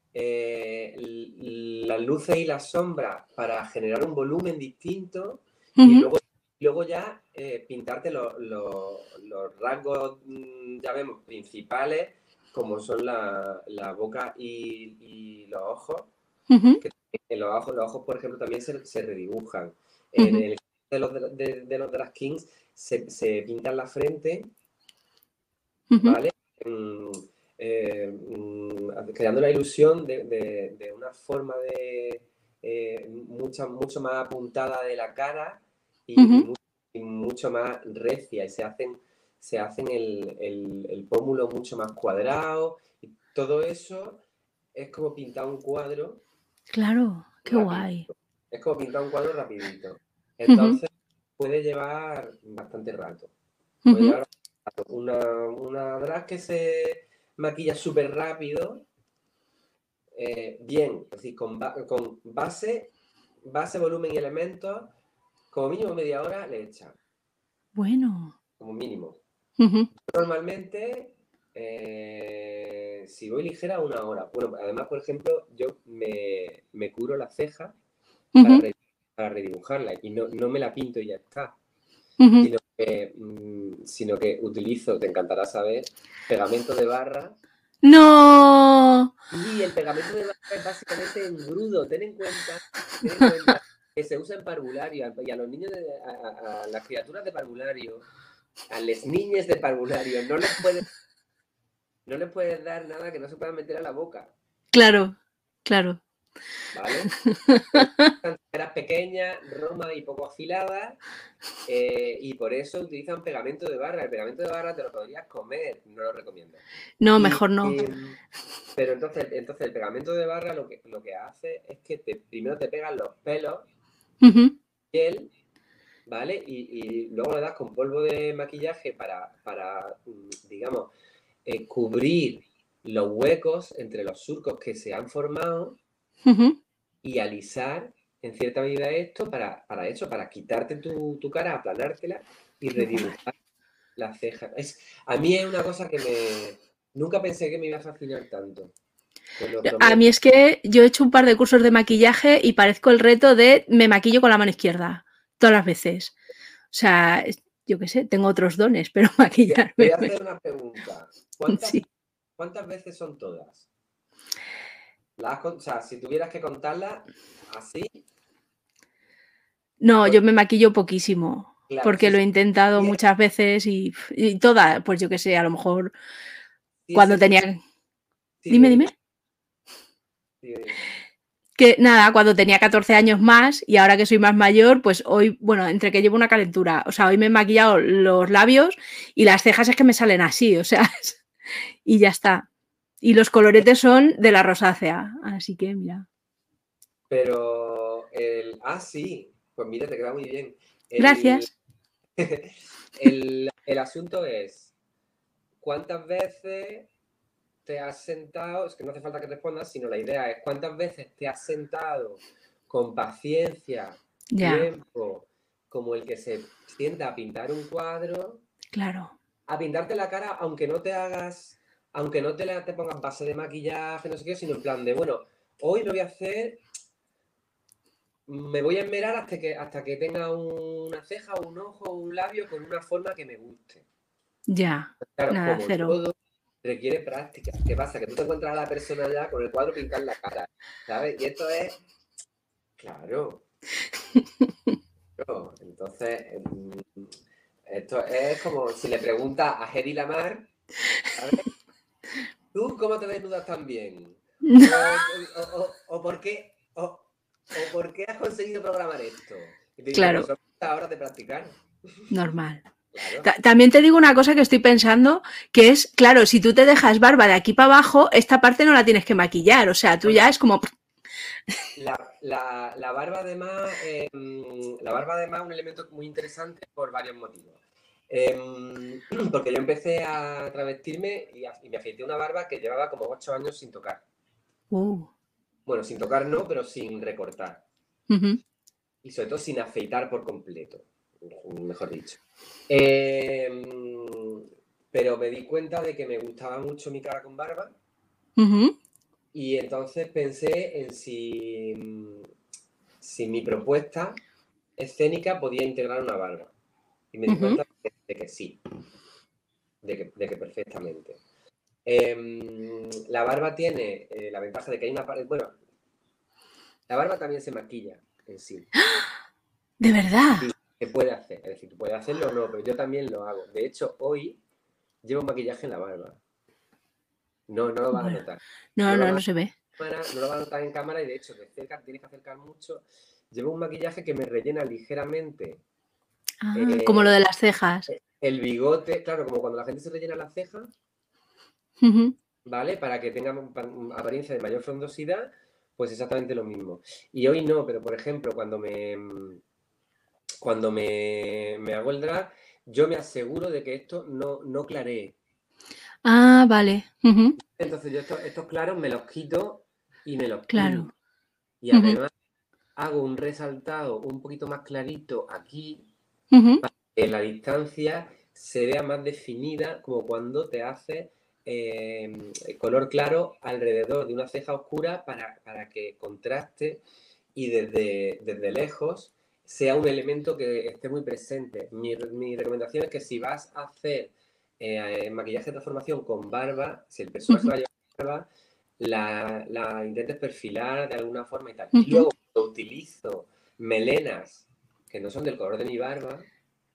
las luces y las sombras para generar un volumen distinto y ujú, luego ya pintarte los rasgos, ya vemos, principales, como son la boca y los ojos. ujú, Que en los ojos, por ejemplo, también se redibujan. En ujú, el los de las Kings se pintan la frente, ujú. ¿vale? Creando la ilusión de una forma mucho más apuntada de la cara y, Ujú. mu- y mucho más recia. Y se hacen el pómulo mucho más cuadrado. Y todo eso es como pintar un cuadro Claro, qué guay. rapidito. Es como pintar un cuadro rapidito. Ujú, Entonces puede llevar bastante rato. Puede ujú, llevar una drag que se maquilla súper rápido, bien, es decir, con base, volumen y elementos, como mínimo media hora le echa, bueno. como mínimo. Ujú, Normalmente, si voy ligera, una hora. Bueno, además, por ejemplo, yo me curo la ceja para, ujú, para redibujarla y no me la pinto y ya está. ujú. Sino que utilizo, te encantará saber, pegamento de barra. No. Y el pegamento de barra es básicamente engrudo. Ten en cuenta que se usa en parvulario y a los niños, a las criaturas de parvulario, a las niñas de parvulario, no les puedes dar nada que no se puedan meter a la boca, Claro, claro. ¿vale? Por eso usan tijeras pequeñas, romas y poco afiladas, y por eso utilizan pegamento de barra. El pegamento de barra te lo podrías comer, no lo recomiendo. No, Y, mejor no. pero entonces el pegamento de barra lo que hace es que primero te pegan los pelos, Ujú, piel, ¿vale? Y luego le das con polvo de maquillaje para digamos, cubrir los huecos entre los surcos que se han formado ujú. y alisar en cierta medida esto para quitarte tu cara, aplanártela y Qué guay. redibujar las cejas. A mí es una cosa que nunca pensé que me iba a fascinar tanto. Te lo A mí prometo. es que yo he hecho un par de cursos de maquillaje y parezco el reto de me maquillo con la mano izquierda todas las veces. O sea, yo qué sé, tengo otros dones, pero Te maquillarme. voy a hacer una pregunta. ¿Cuántas, Sí. cuántas veces son todas? O sea, si tuvieras que contarlas así, No, pues yo me maquillo poquísimo, claro, porque si lo he son intentado 10, muchas veces y todas, pues yo qué sé, a lo mejor si cuando ese tenía... tiempo, sí, Dime, dime, dime. dime, dime. Que nada, cuando tenía 14 años más y ahora que soy más mayor, pues hoy, bueno, entre que llevo una calentura, o sea, hoy me he maquillado los labios y las cejas es que me salen así, o sea, y ya está. Y los coloretes son de la rosácea, así que mira. Pero sí, pues mira, te queda muy bien. El, Gracias. el asunto es, ¿cuántas veces te has sentado? Es que no hace falta que respondas, sino la idea es, ¿cuántas veces te has sentado con paciencia, Ya, tiempo, como el que se sienta a pintar un cuadro, claro. a pintarte la cara, aunque no te pongas base de maquillaje, no sé qué, sino en plan de, bueno, hoy lo voy a hacer, me voy a esmerar hasta que tenga una ceja, un ojo, un labio con una forma que me guste. Ya, Claro, nada, como cero. todo, requiere práctica. ¿Qué pasa? Que tú te encuentras a la persona ya con el cuadro pintado en la cara, ¿sabes? Y esto es, claro, claro. Entonces, esto es como si le preguntas a Hedy Lamar, ¿sabes? ¿Tú cómo te desnudas tan bien? O por qué has conseguido programar esto? Y te dice, pues Claro, son horas de practicar. normal. Claro. También te digo una cosa que estoy pensando, que es, claro, si tú te dejas barba de aquí para abajo, esta parte no la tienes que maquillar, o sea, tú Bueno, ya es como... la barba además, es un elemento muy interesante por varios motivos. Porque yo empecé a travestirme y me afeité una barba que llevaba como 8 años sin tocar. Uh, Bueno, sin tocar no, pero sin recortar. uh -huh, Y sobre todo sin afeitar por completo. mejor dicho. Pero me di cuenta de que me gustaba mucho mi cara con barba. Y entonces pensé en si mi propuesta escénica podía integrar una barba. Y me di cuenta de que sí, de que perfectamente. La barba tiene la ventaja de que hay una parte... Bueno, la barba también se maquilla en sí. ¿De verdad? Sí, se puede hacer, es decir, tú puedes hacerlo o no, pero yo también lo hago. De hecho, hoy llevo maquillaje en la barba. No lo vas a notar. No se ve. No lo vas a notar en cámara y de hecho de cerca tienes que acercar mucho. Llevo un maquillaje que me rellena ligeramente. Como lo de las cejas. El bigote, claro, como cuando la gente se rellena las cejas, ¿vale? Para que tenga apariencia de mayor frondosidad, pues exactamente lo mismo. Y hoy no, pero por ejemplo, cuando me hago el drag, yo me aseguro de que esto no claree. Ah, vale. Entonces yo estos claros me los quito y me los Claro. pinto. Y además hago un resaltado un poquito más clarito aquí, para que la distancia se vea más definida, como cuando te haces color claro alrededor de una ceja oscura para que contraste y desde lejos sea un elemento que esté muy presente. Mi recomendación es que si vas a hacer maquillaje de transformación con barba, si el personaje va a llevar barba, la intentes perfilar de alguna forma y tal. Y luego cuando utilizo melenas que no son del color de mi barba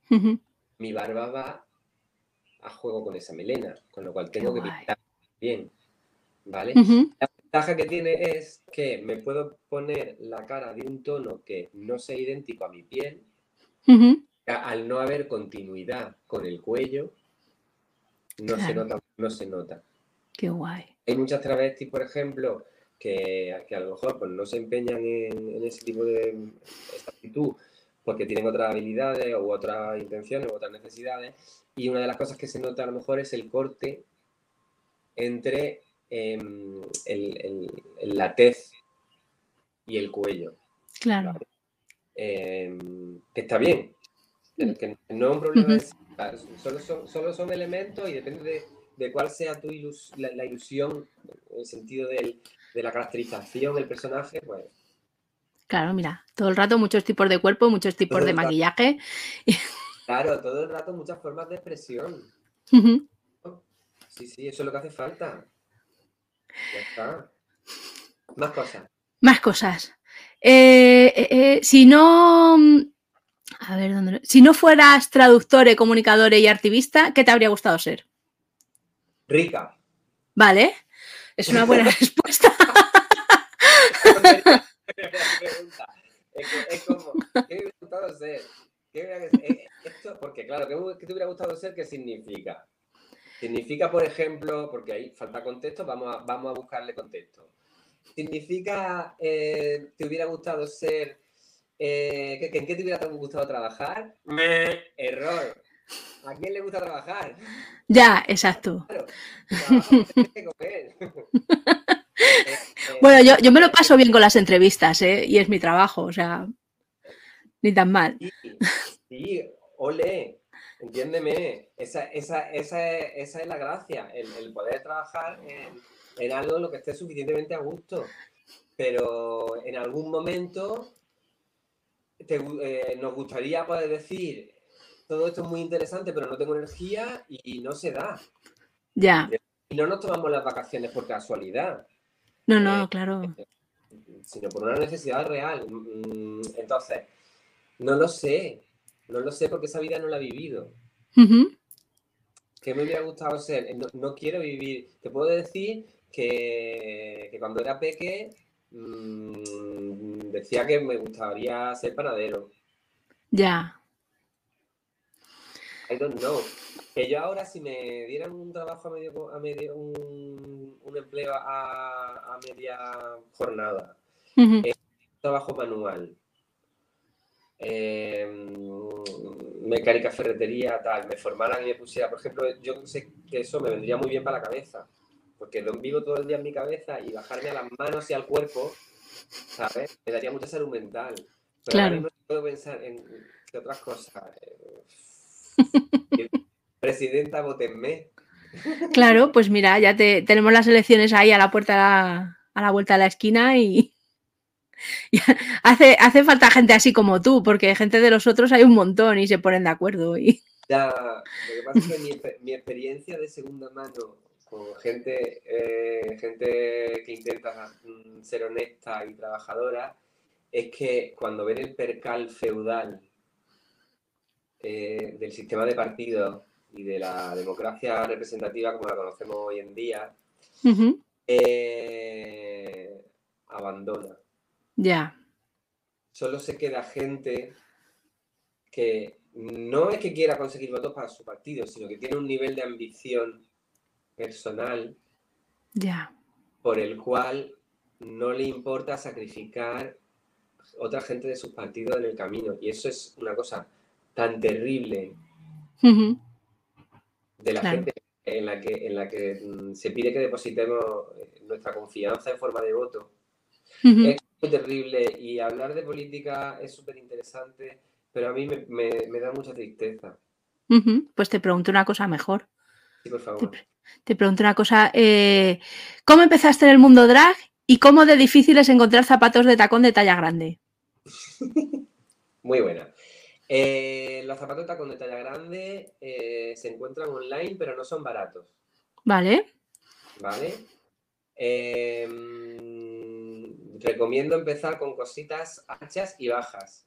va a juego con esa melena, con lo cual tengo que pintar bien, ¿vale? La ventaja que tiene es que me puedo poner la cara de un tono que no sea idéntico a mi piel, al no haber continuidad con el cuello, no se nota. Qué guay. Hay muchas travestis, por ejemplo, que a lo mejor pues, no se empeñan en ese tipo de actitud porque tienen otras habilidades u otras intenciones u otras necesidades. Y una de las cosas que se nota a lo mejor es el corte entre la tez y el cuello. Claro. ¿Vale? Que está bien, que no es un problema en sí. Solo son elementos y depende de cuál sea la ilusión, en el sentido de la caracterización del personaje, pues... Claro, mira, todo el rato muchos tipos de cuerpo, muchos tipos de maquillaje. Claro, todo el rato muchas formas de expresión. Sí, eso es lo que hace falta. Ya está. Más cosas. Más cosas. Si no... A ver, ¿dónde? Si no fueras traductor, comunicador y activista, ¿qué te habría gustado ser? Rica. Vale, es una buena respuesta. Es como, ¿qué me hubiera gustado ser? Esto, porque claro, ¿qué te hubiera gustado ser? ¿Qué significa? Significa, por ejemplo, porque ahí falta contexto, vamos a buscarle contexto. Significa, ¿te hubiera gustado ser? ¿En qué te hubiera gustado trabajar? Error. ¿A quién le gusta trabajar? Ya, exacto. Claro, tienes que comer. Bueno, yo me lo paso bien con las entrevistas, y es mi trabajo, o sea, ni tan mal. Sí, ole, entiéndeme, esa es la gracia, el poder trabajar en algo en lo que esté suficientemente a gusto, pero en algún momento nos gustaría poder decir, todo esto es muy interesante, pero no tengo energía y no se da. Ya. Y no nos tomamos las vacaciones por casualidad. No, claro. Sino por una necesidad real. Entonces, no lo sé porque esa vida no la he vivido. ¿Qué me hubiera gustado ser? No quiero vivir. Te puedo decir que cuando era peque decía que me gustaría ser panadero. Ya. I don't know. Que yo ahora si me dieran un trabajo un empleo a media jornada, trabajo manual, mecánica, ferretería, tal, me formaran y me pusiera, por ejemplo, yo sé que eso me vendría muy bien para la cabeza, porque lo vivo todo el día en mi cabeza y bajarme a las manos y al cuerpo, ¿sabes? Me daría mucha salud mental. Pero claro. ahora mismo puedo pensar en ¿Qué otras cosas? Presidenta, votenme. Claro, pues mira, ya tenemos las elecciones ahí a la puerta, a la vuelta de la esquina y hace falta gente así como tú, porque gente de los otros hay un montón y se ponen de acuerdo. Ya, lo que pasa es que mi experiencia de segunda mano con gente que intenta ser honesta y trabajadora es que cuando ven el percal feudal del sistema de partidos y de la democracia representativa como la conocemos hoy en día, abandona. Ya. Solo se queda gente que no es que quiera conseguir votos para su partido, sino que tiene un nivel de ambición personal por el cual no le importa sacrificar otra gente de sus partidos en el camino. Y eso es una cosa tan terrible de la gente en la que se pide que depositemos nuestra confianza en forma de voto. Es muy terrible y hablar de política es súper interesante, pero a mí me da mucha tristeza. Pues te pregunto una cosa mejor. Sí, por favor. Te pregunto una cosa. ¿Cómo empezaste en el mundo drag y cómo de difícil es encontrar zapatos de tacón de talla grande? Muy buena. Los zapatos de tacón de talla grande se encuentran online, pero no son baratos. Vale. Recomiendo empezar con cositas anchas y bajas.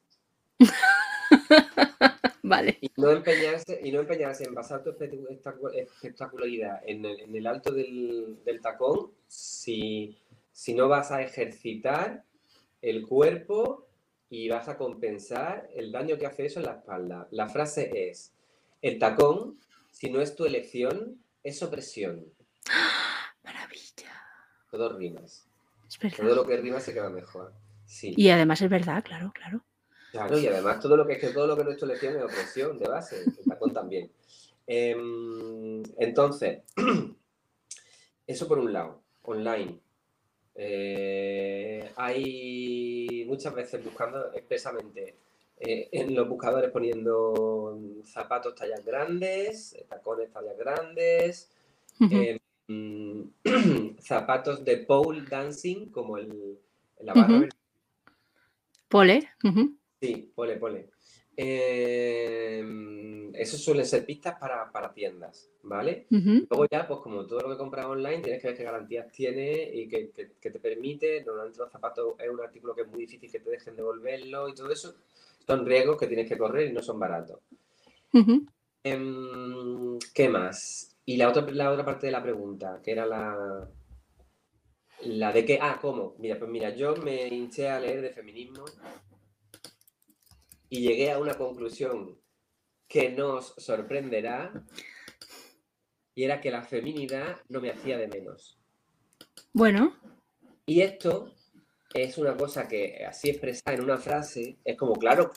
Vale. Y no empeñarse en basar tu espectacularidad en el alto del tacón si no vas a ejercitar el cuerpo y vas a compensar el daño que hace eso en la espalda. La frase es: el tacón, si no es tu elección, es opresión. Maravilla. Todo rimas. Es verdad. Todo lo que rima se queda mejor. Sí. Y además es verdad, claro. Claro, y además todo lo que no es tu elección es opresión de base. El tacón también. Entonces, eso por un lado, online. Hay muchas veces buscando expresamente en los buscadores poniendo zapatos tallas grandes, tacones tallas grandes, zapatos de pole dancing, como la barra. Pole. Sí, pole. Esos suelen ser pistas para tiendas, ¿vale? Luego ya, pues como todo lo que compras online, tienes que ver qué garantías tiene y que te permite. Normalmente los zapatos es un artículo que es muy difícil que te dejen devolverlo y todo eso. Son riesgos que tienes que correr y no son baratos. ¿Qué más? Y la otra parte de la pregunta, que era la de que... ¿cómo? Mira, yo me hinché a leer de feminismo y llegué a una conclusión que nos sorprenderá, y era que la feminidad no me hacía de menos. Bueno. Y esto es una cosa que, así expresada en una frase, es como, claro.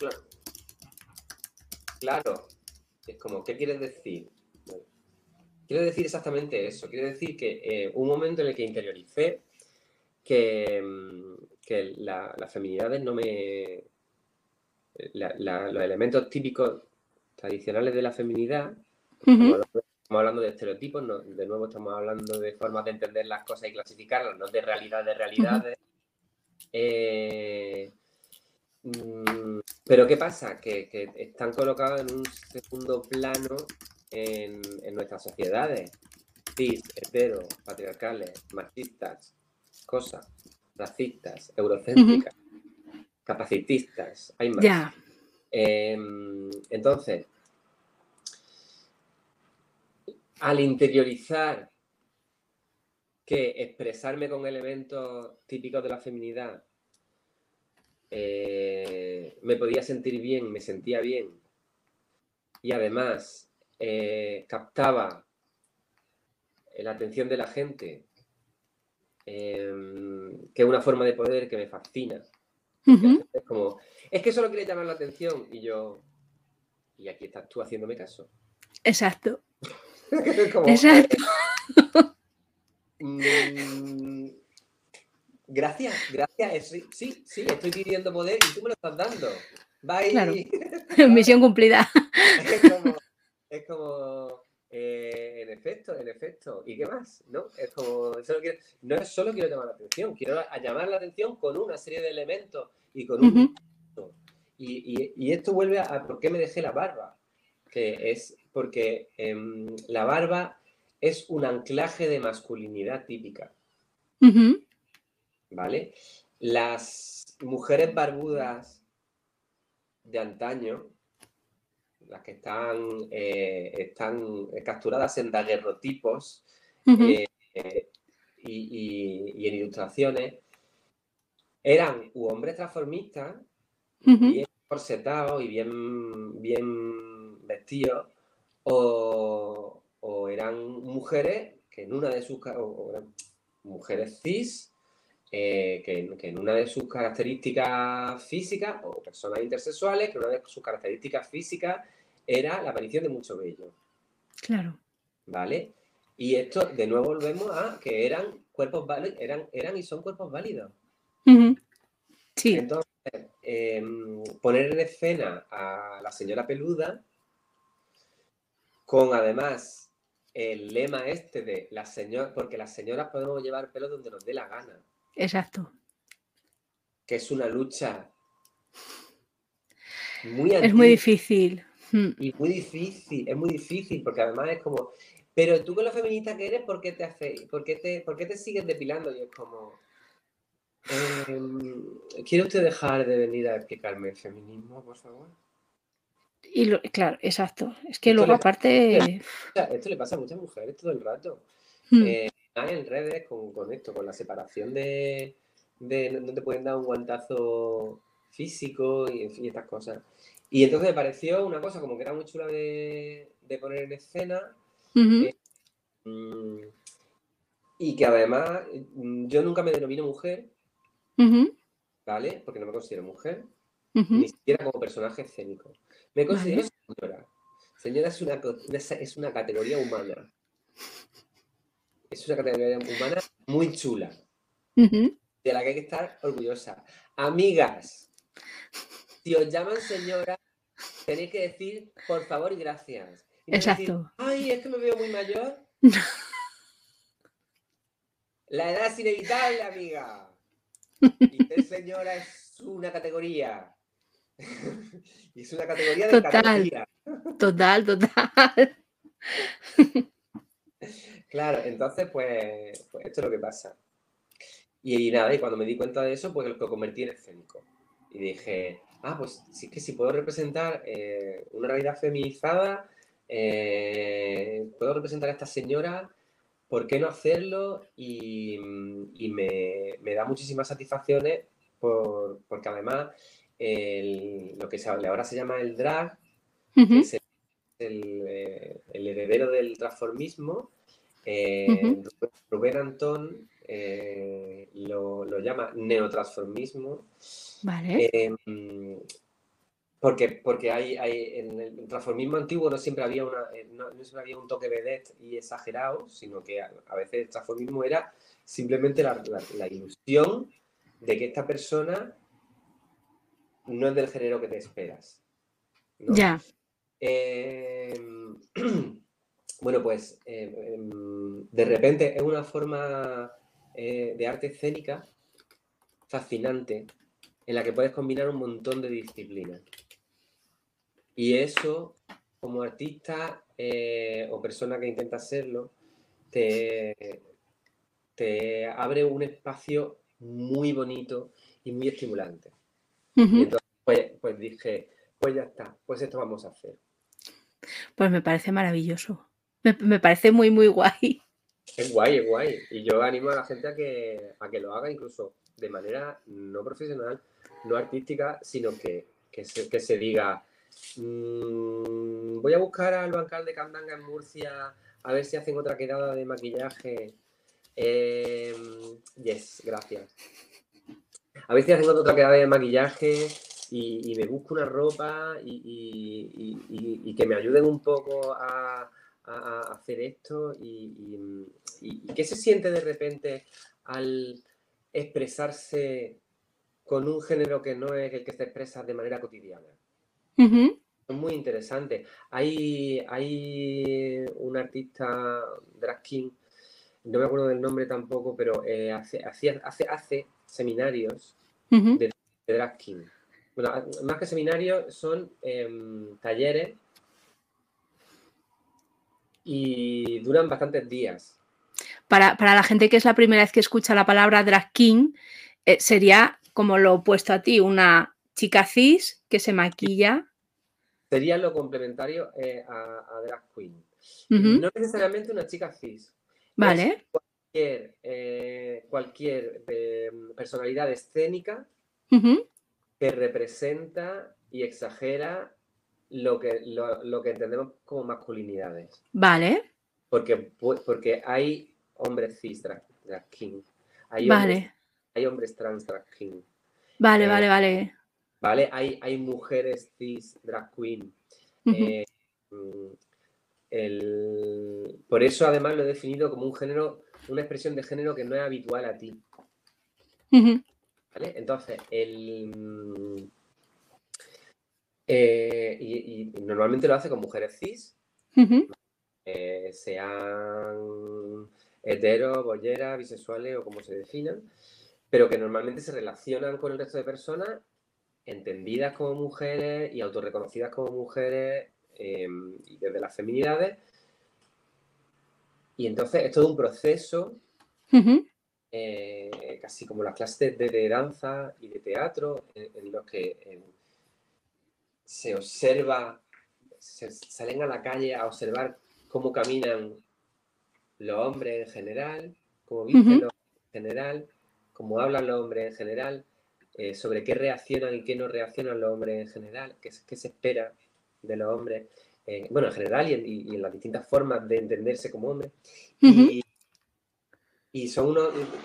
Es como, ¿qué quieres decir? Bueno, quiero decir exactamente eso. Quiero decir que un momento en el que interioricé que las feminidades no me... los elementos típicos tradicionales de la feminidad, estamos hablando de estereotipos, no, de nuevo estamos hablando de formas de entender las cosas y clasificarlas, no de realidades. Pero ¿qué pasa? Que están colocados en un segundo plano en nuestras sociedades. Cis, hetero, patriarcales, machistas, cosas, racistas, eurocéntricas, capacitistas, hay más. Ya. Entonces, al interiorizar que expresarme con elementos típicos de la feminidad me podía sentir bien, me sentía bien, y además captaba la atención de la gente, que es una forma de poder que me fascina. Es como, es que solo quiere llamar la atención, y aquí estás tú haciéndome caso. Exacto. Como, exacto. Gracias. Sí, estoy pidiendo poder y tú me lo estás dando. Bye. Claro. Misión cumplida. Es como en efecto, ¿y qué más? ¿No? Es como, no es solo quiero llamar la atención, quiero llamar la atención con una serie de elementos y con un... Y esto vuelve a por qué me dejé la barba, que es porque la barba es un anclaje de masculinidad típica, ¿vale? Las mujeres barbudas de antaño, las que están capturadas en daguerrotipos y en ilustraciones, eran u hombres transformistas, bien corsetados y bien vestidos, o eran mujeres que en una de sus... o eran mujeres cis, que en una de sus características físicas, o personas intersexuales, que una de sus características físicas era la aparición de mucho vello. Claro. ¿Vale? Y esto, de nuevo, volvemos a que eran cuerpos válidos, eran y son cuerpos válidos. Sí. Entonces, poner en escena a la señora peluda con, además, el lema este de las señoras, porque las señoras podemos llevar pelo donde nos dé la gana. Exacto. Que es una lucha muy antigua. Es muy difícil. Y muy difícil, es muy difícil, porque además es como, pero tú con lo feminista que eres, ¿por qué te sigues depilando? Y es como, ¿quiere usted dejar de venir a explicarme el feminismo, por favor? Claro, exacto. Es que luego aparte... Esto le pasa a muchas mujeres todo el rato. Hay en redes con esto, con la separación de no te pueden dar un guantazo físico y en fin, estas cosas. Y entonces me pareció una cosa como que era muy chula de poner en escena. Y que además yo nunca me denomino mujer, ¿vale? Porque no me considero mujer, ni siquiera como personaje escénico. Me considero señora. Señora es una categoría humana. Es una categoría humana muy chula, de la que hay que estar orgullosa. Amigas, si os llaman señora, tenéis que decir por favor y gracias. Y no Exacto. decir, ay, es que me veo muy mayor. La edad es inevitable, amiga. Y ser señora es una categoría. Y es una categoría de categoría. Total. Claro, entonces, pues esto es lo que pasa. Y nada, y cuando me di cuenta de eso, pues lo convertí en escénico. Y dije, pues sí que si puedo representar una realidad feminizada, puedo representar a esta señora, ¿por qué no hacerlo? Y me da muchísimas satisfacciones porque además lo que ahora se llama el drag, que es el heredero del transformismo, Rubén Antón lo llama neotransformismo. Vale. Porque en el transformismo antiguo no siempre había un toque vedette y exagerado, sino que a veces el transformismo era simplemente la ilusión de que esta persona no es del género que te esperas, ¿no? Ya. Bueno, pues de repente es una forma de arte escénica fascinante en la que puedes combinar un montón de disciplinas. Y eso, como artista o persona que intenta serlo, te abre un espacio muy bonito y muy estimulante. Y entonces, pues dije, pues ya está, pues esto vamos a hacer. Pues me parece maravilloso. Me parece muy, muy guay. Es guay, es guay. Y yo animo a la gente a que lo haga incluso de manera no profesional, no artística, sino que se diga, voy a buscar al bancal de Candanga en Murcia a ver si hacen otra quedada de maquillaje. Yes, gracias. A ver si hacen otra quedada de maquillaje y me busco una ropa y que me ayuden un poco a hacer esto y qué se siente de repente al expresarse con un género que no es el que se expresa de manera cotidiana. son muy interesantes. Hay un artista drag king, no me acuerdo del nombre tampoco, pero hace seminarios de drag king. Bueno, más que seminarios, son talleres y duran bastantes días. Para la gente que es la primera vez que escucha la palabra drag king, sería como lo opuesto a ti, una chica cis que se maquilla. Sería lo complementario a drag queen. No necesariamente una chica cis. Vale. Es cualquier personalidad escénica que representa y exagera lo que entendemos como masculinidades. Vale. Porque hay hombres cis drag king. Hay hombres trans drag king. Vale. ¿Vale? Hay mujeres cis drag queen. Por eso, además, lo he definido como un género, una expresión de género que no es habitual a ti. ¿Vale? Entonces, y normalmente lo hace con mujeres cis, sean heteros, bolleras, bisexuales o como se definan, pero que normalmente se relacionan con el resto de personas entendidas como mujeres y autorreconocidas como mujeres y desde las feminidades. Y entonces es todo un proceso, casi como las clases de danza y de teatro, en los que se observa, salen a la calle a observar cómo caminan los hombres en general, cómo visten los hombres en general, cómo hablan los hombres en general, sobre qué reaccionan y qué no reaccionan los hombres en general, qué se espera de los hombres, bueno, en general y en las distintas formas de entenderse como hombres. Y son,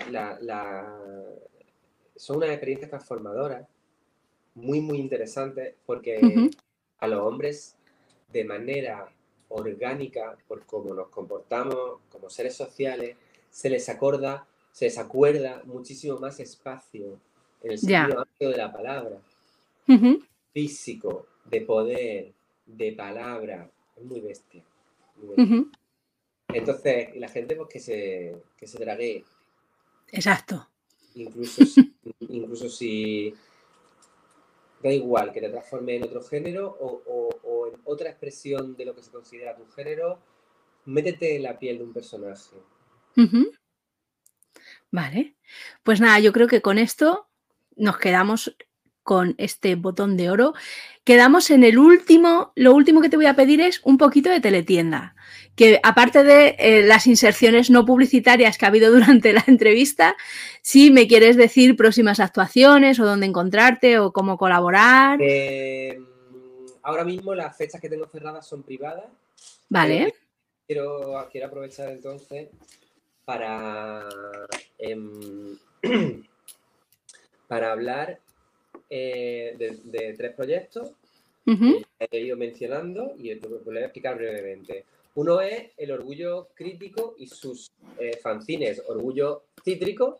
son unas experiencias transformadoras muy, muy interesantes porque a los hombres, de manera orgánica, por cómo nos comportamos como seres sociales, se les acuerda muchísimo más espacio en el sentido amplio de la palabra, físico, de poder, de palabra. Es muy bestia. Muy bestia. Entonces, la gente pues que se draguee. Exacto. Incluso si da igual que te transforme en otro género o en otra expresión de lo que se considera tu género, métete en la piel de un personaje. Vale. Pues nada, yo creo que con esto nos quedamos con este botón de oro. Quedamos en lo último que te voy a pedir es un poquito de teletienda, que aparte de las inserciones no publicitarias que ha habido durante la entrevista, si me quieres decir próximas actuaciones o dónde encontrarte o cómo colaborar. Ahora mismo las fechas que tengo cerradas son privadas. Vale. Quiero aprovechar entonces para hablar de 3 proyectos que he ido mencionando y lo voy a explicar brevemente. Uno es El Orgullo Crítico y sus fanzines Orgullo Cítrico.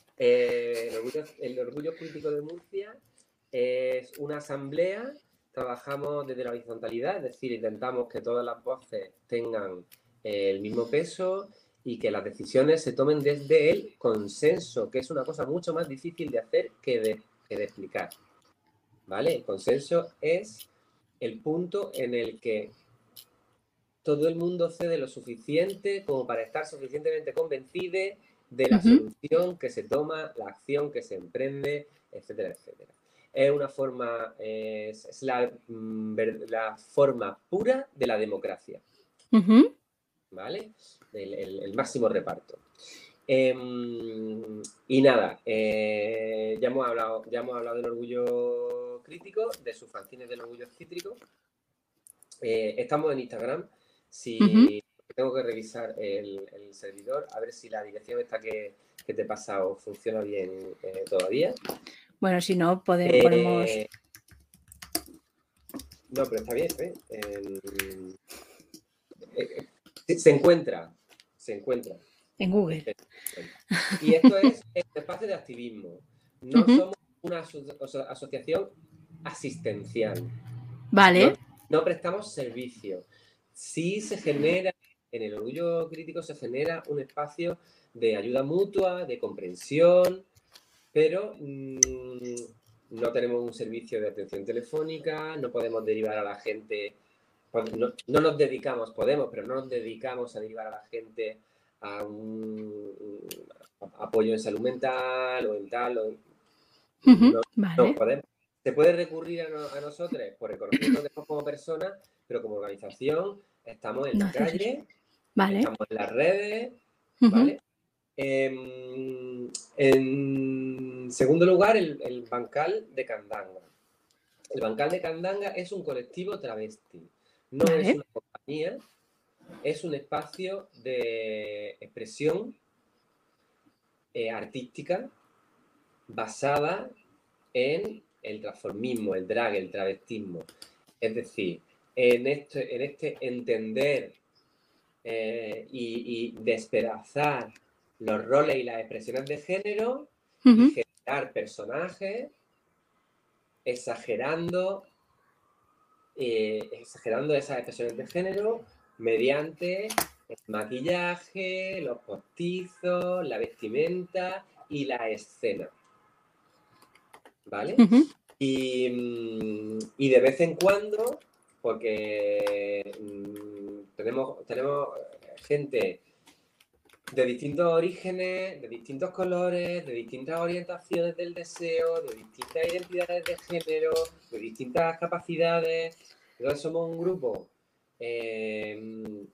El Orgullo Crítico de Murcia es una asamblea. Trabajamos desde la horizontalidad, es decir, intentamos que todas las voces tengan el mismo peso y que las decisiones se tomen desde el consenso, que es una cosa mucho más difícil de hacer que de explicar. ¿Vale? El consenso es el punto en el que todo el mundo cede lo suficiente como para estar suficientemente convencido de la solución que se toma, la acción que se emprende, etcétera, etcétera. Es una forma, es la forma pura de la democracia. ¿Vale? El máximo reparto. Y nada, ya hemos hablado del Orgullo Crítico, de sus fanzines del Orgullo Cítrico. Estamos en Instagram. Si tengo que revisar el servidor, a ver si la dirección esta que te he pasado funciona bien todavía. Bueno, si no, podemos... No, pero está bien, se encuentra. En Google. Y esto es el espacio de activismo. No somos una asociación asistencial. Vale. no prestamos servicio. Sí se genera, en el orgullo crítico se genera un espacio de ayuda mutua, de comprensión, pero no tenemos un servicio de atención telefónica, no podemos derivar a la gente, no nos dedicamos, podemos, pero no nos dedicamos a derivar a la gente a un apoyo en salud mental o en tal. No podemos. Se puede recurrir a nosotros por el conocimiento que tenemos como personas, pero como organización estamos en la calle, estamos en las redes, ¿vale? En segundo lugar, el Bancal de Candanga. El Bancal de Candanga es un colectivo travesti, no es una compañía, es un espacio de expresión artística basada en el transformismo, el drag, el travestismo. Es decir, en este entender y despedazar los roles y las expresiones de género y generar personajes exagerando esas expresiones de género mediante el maquillaje, los postizos, la vestimenta y la escena. ¿Vale? Y de vez en cuando, porque tenemos gente de distintos orígenes, de distintos colores, de distintas orientaciones del deseo, de distintas identidades de género, de distintas capacidades. Entonces somos un grupo que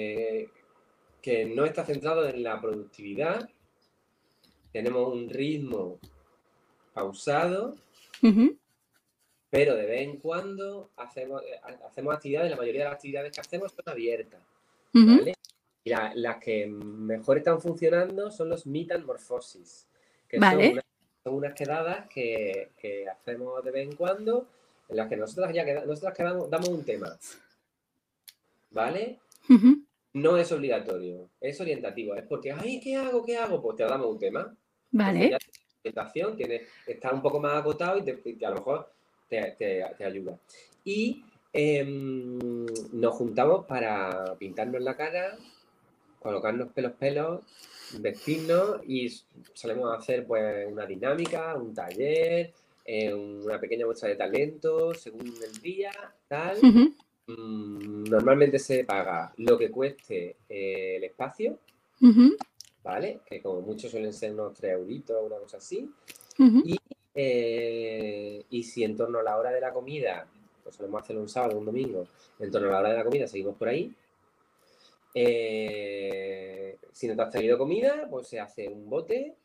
no está centrado en la productividad. Tenemos un ritmo pausado, pero de vez en cuando hacemos actividades. La mayoría de las actividades que hacemos son abiertas, ¿vale? Y las que mejor están funcionando son los Meet and Morphosis, que son unas quedadas que hacemos de vez en cuando, en las que nosotras damos un tema, ¿vale? No es obligatorio, es orientativo, es porque, ay, ¿qué hago? Pues te damos un tema. Vale. Orientación, está un poco más acotado y a lo mejor te ayuda. Y nos juntamos para pintarnos la cara, colocarnos pelos, vestirnos y solemos hacer pues una dinámica, un taller, una pequeña muestra de talento según el día, tal. Normalmente se paga lo que cueste el espacio, ¿vale? Que como mucho suelen ser unos 3 euritos, una cosa así. Y si en torno a la hora de la comida, pues solemos hacerlo un sábado o un domingo, en torno a la hora de la comida seguimos por ahí. Si no te has traído comida, pues se hace un bote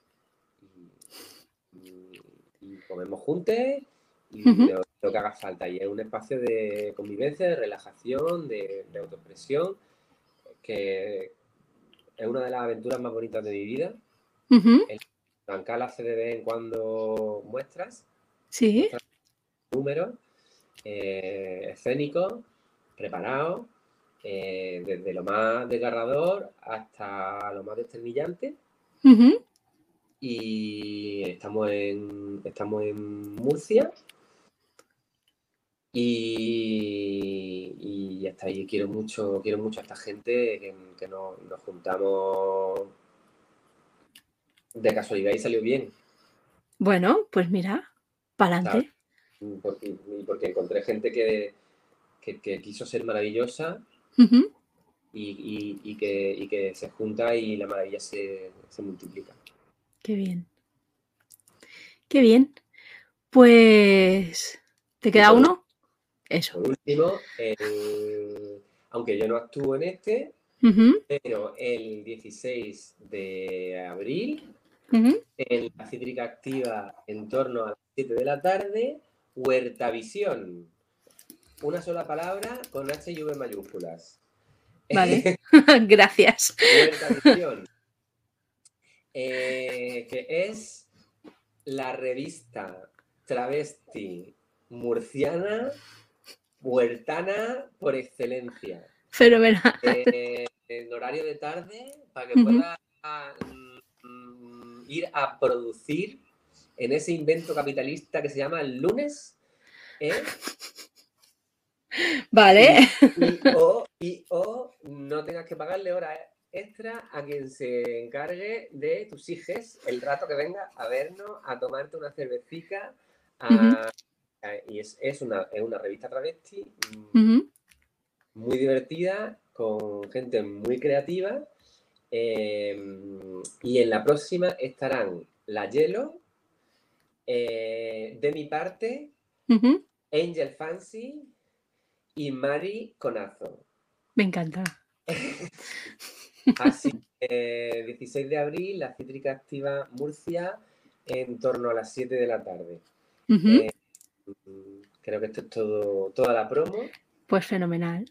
y comemos juntos y lo que haga falta. Y es un espacio de convivencia, de relajación, de autoexpresión, que es una de las aventuras más bonitas de mi vida. El Bancal hace de vez en cuando muestras. Sí. Números escénicos, preparados, desde lo más desgarrador hasta lo más desternillante. Y estamos en Murcia. Y ya está ahí. Quiero mucho a esta gente que nos juntamos de casualidad y salió bien. Bueno, pues mira, para adelante. Porque encontré gente que quiso ser maravillosa y que se junta y la maravilla se multiplica. Qué bien. Qué bien. Pues, ¿te queda uno? Eso. Por último, aunque yo no actúo en este, pero el 16 de abril, en la Cítrica Activa, en torno a las 7 de la tarde, Huertavisión. Una sola palabra con H y V mayúsculas. Vale, gracias. Huertavisión, que es la revista travesti murciana huertana por excelencia. Fenomenal. En horario de tarde, para que pueda ir a producir en ese invento capitalista que se llama el lunes, Vale. O no tengas que pagarle horas extra a quien se encargue de tus hijos el rato que venga a vernos, a tomarte una cervecita. Y es una revista travesti muy divertida, con gente muy creativa. Y en la próxima estarán la Yelo, de mi parte, Angel Fancy y Mari Conazo. Me encanta. Así que 16 de abril, la Cítrica Activa Murcia, en torno a las 7 de la tarde. Creo que esto es toda la promo. Pues fenomenal.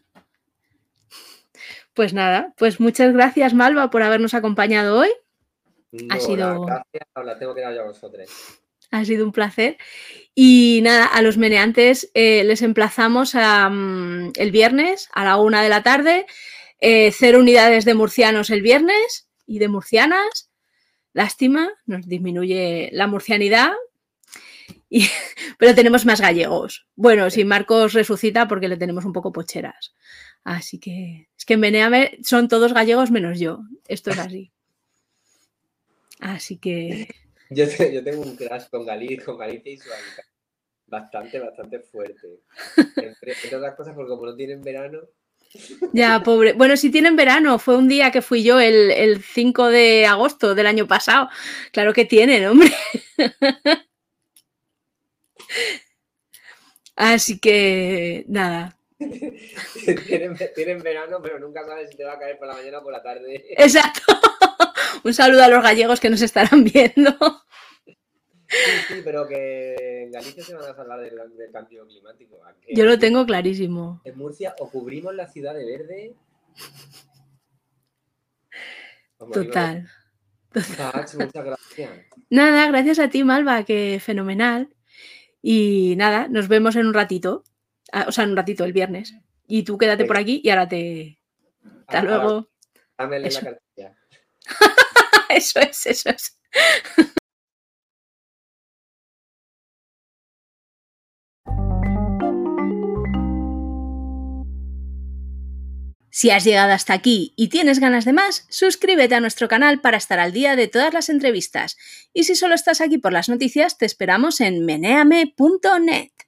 Pues nada, pues muchas gracias, Malva, por habernos acompañado hoy. Gracias, la tengo que dar yo a vosotros. Ha sido un placer. Y nada, a los meneantes les emplazamos el viernes a la 1 de la tarde. 0 unidades de murcianos el viernes y de murcianas. Lástima, nos disminuye la murcianidad. Pero tenemos más gallegos. Bueno, si Marcos resucita porque le tenemos un poco pocheras. Así que es que en Menéame son todos gallegos menos yo. Esto es así. Así que... Yo tengo un crash con Galicia y Sudáfrica. Bastante fuerte. Entre otras cosas, porque como no tienen verano... Ya, pobre. Bueno, si tienen verano, fue un día que fui yo el 5 de agosto del año pasado. Claro que tienen, hombre. Así que, nada. Tienen verano, pero nunca sabes si te va a caer por la mañana o por la tarde. Exacto. Un saludo a los gallegos que nos estarán viendo. Sí, pero que en Galicia se van a hablar del cambio climático. Yo lo tengo clarísimo. En Murcia o cubrimos la ciudad de verde. Total. Muchas gracias. Nada, gracias a ti, Malva, que fenomenal. Y nada, nos vemos en un ratito. O sea, en un ratito, el viernes. Y tú quédate por aquí y ahora te... Hasta luego. Dámele la cartilla. Eso es. Si has llegado hasta aquí y tienes ganas de más, suscríbete a nuestro canal para estar al día de todas las entrevistas. Y si solo estás aquí por las noticias, te esperamos en meneame.net.